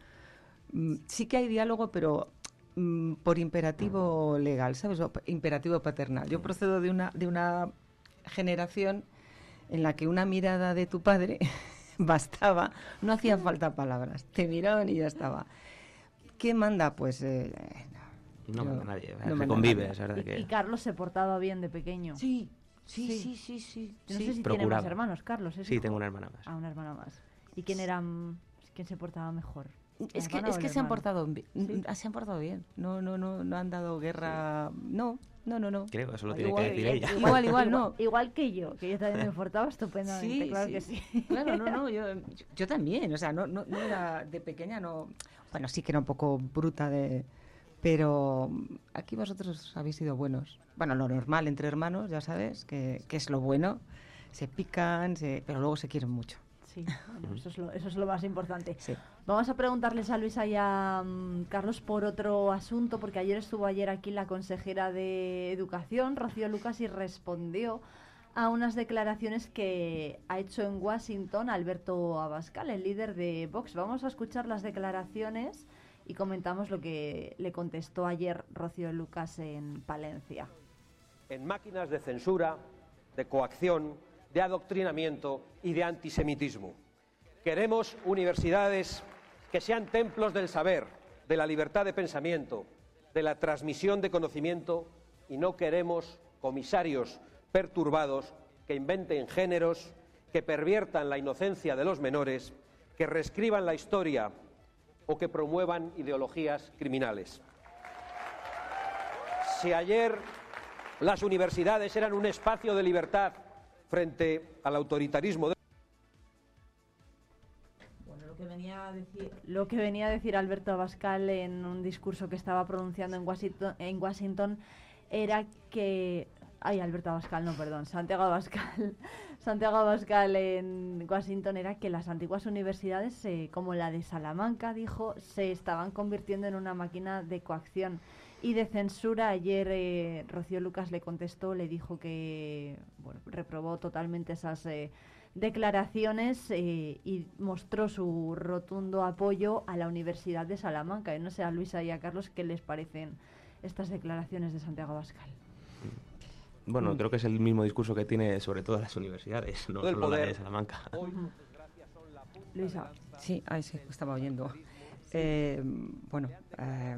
Mm, sí que hay diálogo, pero mm, por imperativo legal, ¿sabes? O p- imperativo paternal. Yo procedo de una, de una generación en la que una mirada de tu padre bastaba, no hacían falta palabras, te miraban y ya estaba. ¿Qué manda? Pues eh, No Yo- manda nadie, no se manda convive, nadie. es verdad Y, que... y Carlos se portaba bien de pequeño. Sí, sí, sí, sí, sí. Yo no Sí, sé si tiene procuraba. más hermanos, Carlos. ¿es Sí, hijo? tengo una hermana más. Ah, una hermana más. ¿Y quién era, mm, quién se portaba mejor? Es ¿La que, hermana es o el que se han hermano? portado, bi- se han portado bien. No, no, no, no han dado guerra. No, no, no, no. Creo, eso lo Oye, tiene igual que decir que- ella. Igual, igual, no. Igual que yo, que yo también me portaba estupendamente, Sí, claro sí. que sí. Claro, no, no, yo, yo, yo también, o sea, no, no, no era de pequeña, no, bueno, sí que era un poco bruta de, pero aquí vosotros habéis sido buenos. Bueno, lo normal entre hermanos, ya sabes, que, que es lo bueno, se pican, se, pero luego se quieren mucho. Sí, bueno, eso, es lo, eso es lo más importante. Sí. Vamos a preguntarles a Luisa y a mm, Carlos por otro asunto, porque ayer estuvo ayer aquí la consejera de Educación, Rocío Lucas, y respondió a unas declaraciones que ha hecho en Washington Alberto Abascal, el líder de Vox. Vamos a escuchar las declaraciones y comentamos lo que le contestó ayer Rocío Lucas en Palencia. En máquinas de censura, de coacción, de adoctrinamiento y de antisemitismo. Queremos universidades que sean templos del saber, de la libertad de pensamiento, de la transmisión de conocimiento, y no queremos comisarios perturbados que inventen géneros, que perviertan la inocencia de los menores, que reescriban la historia o que promuevan ideologías criminales. Si ayer las universidades eran un espacio de libertad frente al autoritarismo de... Bueno, lo que venía a decir, lo que venía a decir Alberto Abascal en un discurso que estaba pronunciando en Washington, en Washington era que... Ay, Alberto Abascal, no, perdón, Santiago Abascal. Santiago Abascal en Washington era que las antiguas universidades, eh, como la de Salamanca, dijo, se estaban convirtiendo en una máquina de coacción y de censura. Ayer eh, Rocío Lucas le contestó, le dijo que bueno, reprobó totalmente esas eh, declaraciones eh, y mostró su rotundo apoyo a la Universidad de Salamanca. Y no sé a Luisa y a Carlos qué les parecen estas declaraciones de Santiago Abascal. Bueno, Mm. creo que es el mismo discurso que tiene sobre todas las universidades, no Del solo la poder. de Salamanca. Luisa. Sí, ahí sí, estaba oyendo. Eh, bueno, eh,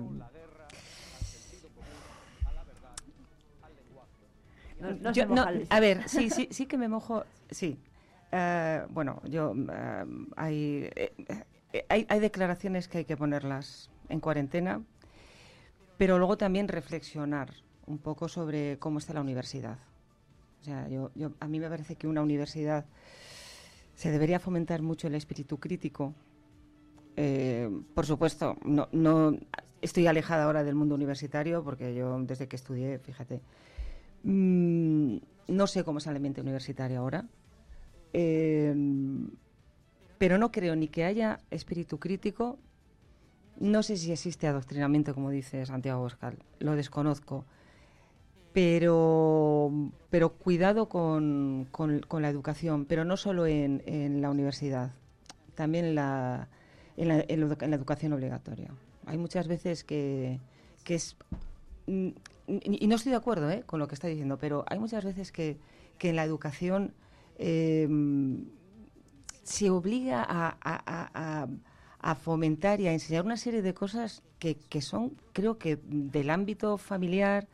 No, no yo- se moja, no, Luisa. a ver, sí, sí, sí que me mojo, sí. Eh, bueno, yo eh, hay, eh, eh, hay hay declaraciones que hay que ponerlas en cuarentena, pero luego también reflexionar un poco sobre cómo está la universidad. O sea, yo, yo a mí me parece que una universidad se debería fomentar mucho el espíritu crítico. Eh, por supuesto, no, no estoy alejada ahora del mundo universitario porque yo desde que estudié, fíjate, mm, no sé cómo es el ambiente universitario ahora, eh, pero no creo ni que haya espíritu crítico. No sé si existe adoctrinamiento, como dice Santiago Abascal, lo desconozco. Pero, pero cuidado con, con, con la educación, pero no solo en, en la universidad, también en la, en, la, en, la, en la educación obligatoria. Hay muchas veces que, que es... Y, y no estoy de acuerdo ¿eh? con lo que está diciendo, pero hay muchas veces que, que en la educación eh, se obliga a, a, a, a fomentar y a enseñar una serie de cosas que, que son, creo que, del ámbito familiar,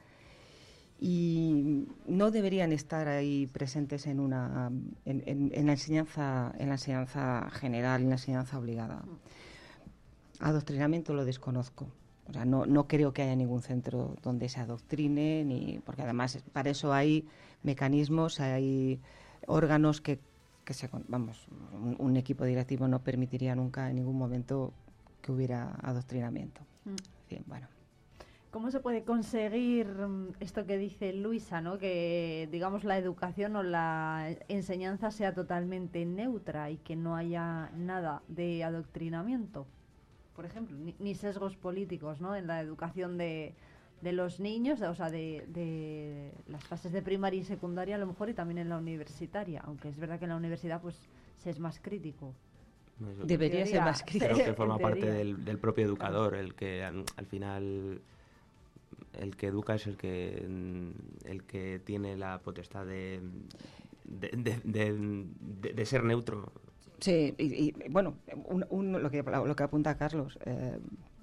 y no deberían estar ahí presentes en una en, en, en la enseñanza en la enseñanza general, en la enseñanza obligada. Adoctrinamiento lo desconozco. O sea, no, no creo que haya ningún centro donde se adoctrine, ni porque además para eso hay mecanismos, hay órganos que, que se vamos, un, un equipo directivo no permitiría nunca en ningún momento que hubiera adoctrinamiento. Mm. En fin, bueno. ¿Cómo se puede conseguir mm, esto que dice Luisa, ¿no? Que digamos la educación o la enseñanza sea totalmente neutra y que no haya nada de adoctrinamiento? Por ejemplo, ni, ni sesgos políticos, ¿no? En la educación de, de los niños, o sea, de, de las fases de primaria y secundaria a lo mejor, y también en la universitaria, aunque es verdad que en la universidad pues se es más crítico. Eso Debería ser más crítico. Creo que forma En parte teoría. del, del propio educador, el que al, al final el que educa es el que mm, el que tiene la potestad de de, de, de, de- de ser neutro. Sí, y, y, bueno, un- un- lo, que, lo que apunta Carlos, eh,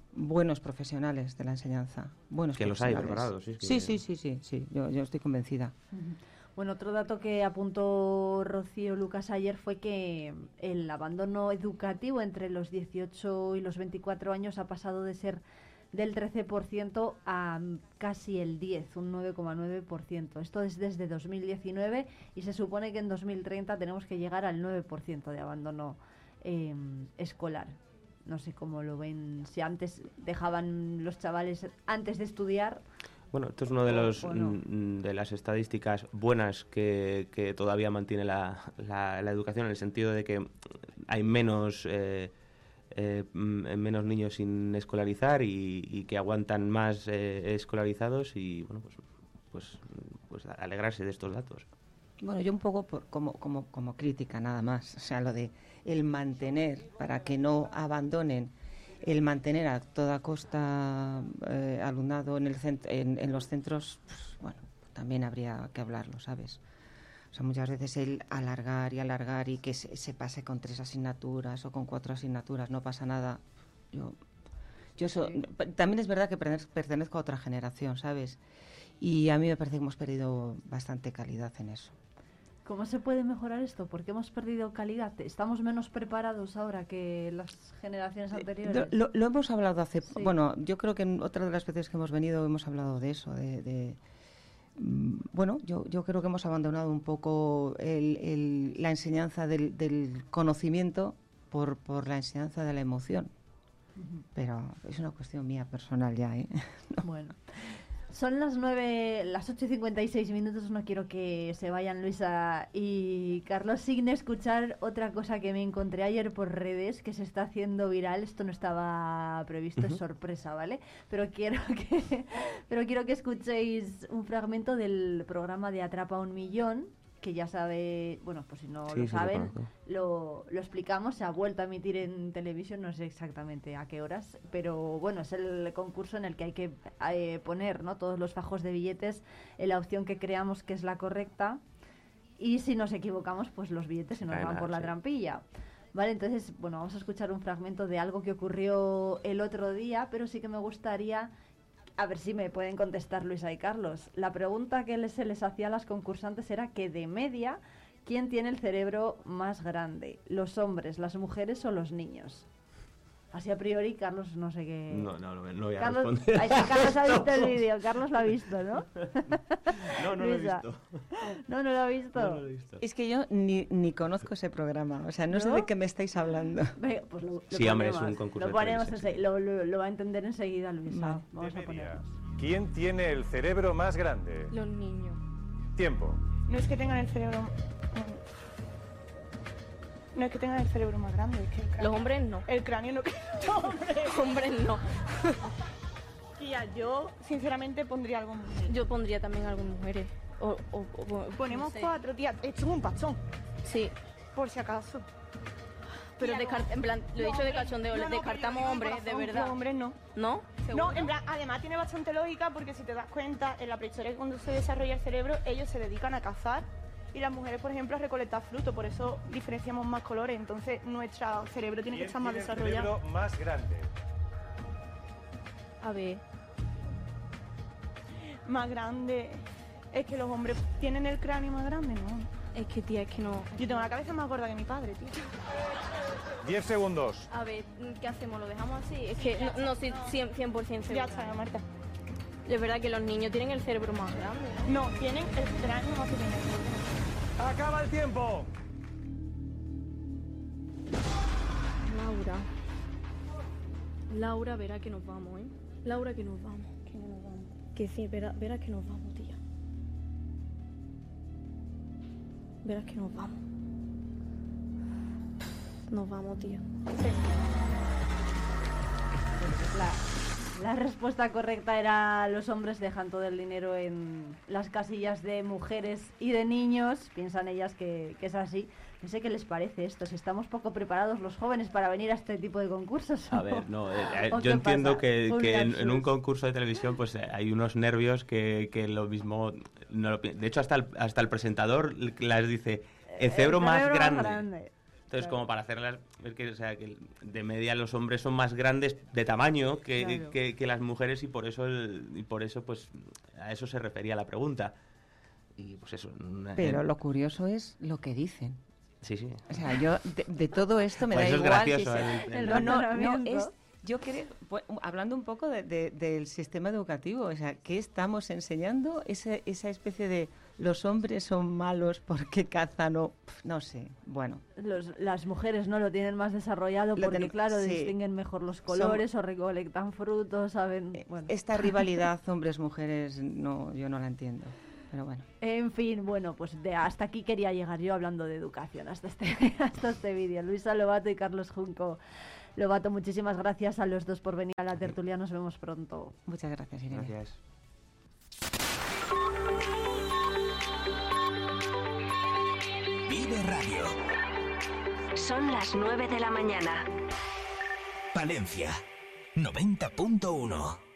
buenos profesionales de la enseñanza. Buenos que los hay profesionales. preparados. Sí, es que... sí, sí, sí, sí, sí. Yo, yo estoy convencida. Bueno, otro dato que apuntó Rocío Lucas ayer fue que el abandono educativo entre los dieciocho y los veinticuatro años ha pasado de ser del trece por ciento a casi el diez por ciento, un nueve coma nueve por ciento. Esto es desde dos mil diecinueve y se supone que en dos mil treinta tenemos que llegar al nueve por ciento de abandono eh, escolar. No sé cómo lo ven, si antes dejaban los chavales antes de estudiar. Bueno, esto es una de, los, o no. de las estadísticas buenas que, que todavía mantiene la, la, la educación, en el sentido de que hay menos, eh, eh, menos niños sin escolarizar y, y que aguantan más eh, escolarizados y, bueno, pues, pues, pues alegrarse de estos datos. Bueno, yo un poco por, como, como, como crítica nada más, o sea, lo de el mantener, para que no abandonen, el mantener a toda costa eh, alumnado en, el cent en, en los centros, pues, bueno, también habría que hablarlo, ¿sabes? O sea, muchas veces el alargar y alargar y que se, se pase con tres asignaturas o con cuatro asignaturas, no pasa nada. Yo, yo so, sí. También es verdad que pertenezco a otra generación, ¿sabes? Y a mí me parece que hemos perdido bastante calidad en eso. ¿Cómo se puede mejorar esto? Porque hemos perdido calidad. ¿Estamos menos preparados ahora que las generaciones anteriores? Lo, lo hemos hablado hace... Sí. Bueno, yo creo que en otra de las veces que hemos venido hemos hablado de eso, de... de bueno, yo, yo creo que hemos abandonado un poco el, el, la enseñanza del, del conocimiento por, por la enseñanza de la emoción. Uh-huh. Pero es una cuestión mía personal ya, ¿eh? No. Bueno. Son las nueve, las ocho y cincuenta y seis minutos, no quiero que se vayan Luisa y Carlos sin escuchar otra cosa que me encontré ayer por redes, que se está haciendo viral. Esto no estaba previsto, uh-huh. Es sorpresa, ¿vale? Pero quiero que pero quiero que escuchéis un fragmento del programa de Atrapa un Millón, que ya sabe, bueno, pues si no sí, lo sí saben, lo, lo explicamos, se ha vuelto a emitir en televisión, no sé exactamente a qué horas, pero bueno, es el concurso en el que hay que eh, poner, ¿no?, todos los fajos de billetes en la opción que creamos que es la correcta, y si nos equivocamos, pues los billetes se nos Ay, van nada, por la sí. trampilla. Vale, entonces, bueno, vamos a escuchar un fragmento de algo que ocurrió el otro día, pero sí que me gustaría... A ver si me pueden contestar Luisa y Carlos. La pregunta que les, se les hacía a las concursantes era que de media, ¿quién tiene el cerebro más grande? ¿Los hombres, las mujeres o los niños? Así a priori, Carlos, no sé qué... No, no, no, no voy a Carlos, responder. Ahí está, Carlos ha visto el vídeo. Carlos lo ha visto, ¿no? No, no Luisa. lo he visto. No, no lo ha visto. No, no lo he visto. Es que yo ni, ni conozco ese programa. O sea, no, ¿no? sé de qué me estáis hablando. Venga, pues lo, lo sí, ponemos, hombre, es un concurso. Lo ponemos enseguida. Lo, lo, lo va a entender enseguida, Luisa. Vale. Vamos a ponerlo. ¿Quién tiene el cerebro más grande? Los niños. Tiempo. No es que tengan el cerebro... No es que tengan el cerebro más grande, es que el cráneo... Los hombres no. El cráneo no... hombres. hombres no. Tía, yo sinceramente pondría algo mujeres. Yo pondría también algo mujeres. O, o, o, Ponemos no sé. cuatro, tía. Esto es un pachón. Sí. Por si acaso. Pero descart- en plan, lo he dicho de cachondeo, no, no, descartamos hombres, de verdad. Los hombres no. ¿No? ¿Seguro? No, en plan, además tiene bastante lógica porque si te das cuenta, en la prehistoria cuando se desarrolla el cerebro, ellos se dedican a cazar y las mujeres, por ejemplo, a recolectar fruto, por eso diferenciamos más colores, entonces nuestro cerebro tiene que estar más desarrollado. ¿Quién tiene el cerebro más grande? A ver. Más grande... Es que los hombres tienen el cráneo más grande, ¿no? Es que, tía, es que no... Yo tengo la cabeza más gorda que mi padre, tío. Diez segundos. A ver, ¿qué hacemos? ¿Lo dejamos así? Es que no, no soy cien por ciento segura. Ya está, Marta. Es verdad que los niños tienen el cerebro más grande. No, tienen el cráneo más pequeño. ¡Acaba el tiempo! Laura. Laura, verá que nos vamos, ¿eh? Laura, que nos vamos. Que no nos vamos. Que sí, verá, verá que nos vamos, tía. Verás que nos vamos. Nos vamos, tío. La, la respuesta correcta era: los hombres dejan todo el dinero en las casillas de mujeres y de niños. Piensan ellas que, que es así. No sé qué les parece esto, si estamos poco preparados los jóvenes para venir a este tipo de concursos. A ver, no, eh, eh, yo entiendo pasa? que, que en, en un concurso de televisión pues eh, hay unos nervios que, que lo mismo... No lo, de hecho, hasta el, hasta el presentador les dice, el cerebro, el cerebro más, grande. más grande. Entonces, Claro. como para hacerlas ver que, o sea, que de media los hombres son más grandes de tamaño que, Claro. que, que las mujeres y por eso el, y por eso pues a eso se refería la pregunta. Y pues eso. una- Pero en- lo curioso es lo que dicen. Sí, sí. O sea, yo de, de todo esto me Por da eso es igual que gracioso sea- el- el no, no, no, razonamiento. es yo creo, pues, hablando un poco de- de- del sistema educativo, o sea, ¿qué estamos enseñando? Esa, esa especie de los hombres son malos porque cazan o pf, no sé, bueno. Los- las mujeres no lo tienen más desarrollado Lo porque, ten- claro, sí. distinguen mejor los colores o recolectan frutos, saben... Bueno. Esta rivalidad hombres-mujeres no, yo no la entiendo, pero bueno. En fin, bueno, pues de hasta aquí quería llegar yo hablando de educación, hasta este, hasta este vídeo. Luisa Lobato y Carlos Junco. Lobato, muchísimas gracias a los dos por venir a la tertulia. Nos vemos pronto. Muchas gracias, Irene. Gracias. Vive Radio. Son las nueve de la mañana. Palencia. noventa punto uno.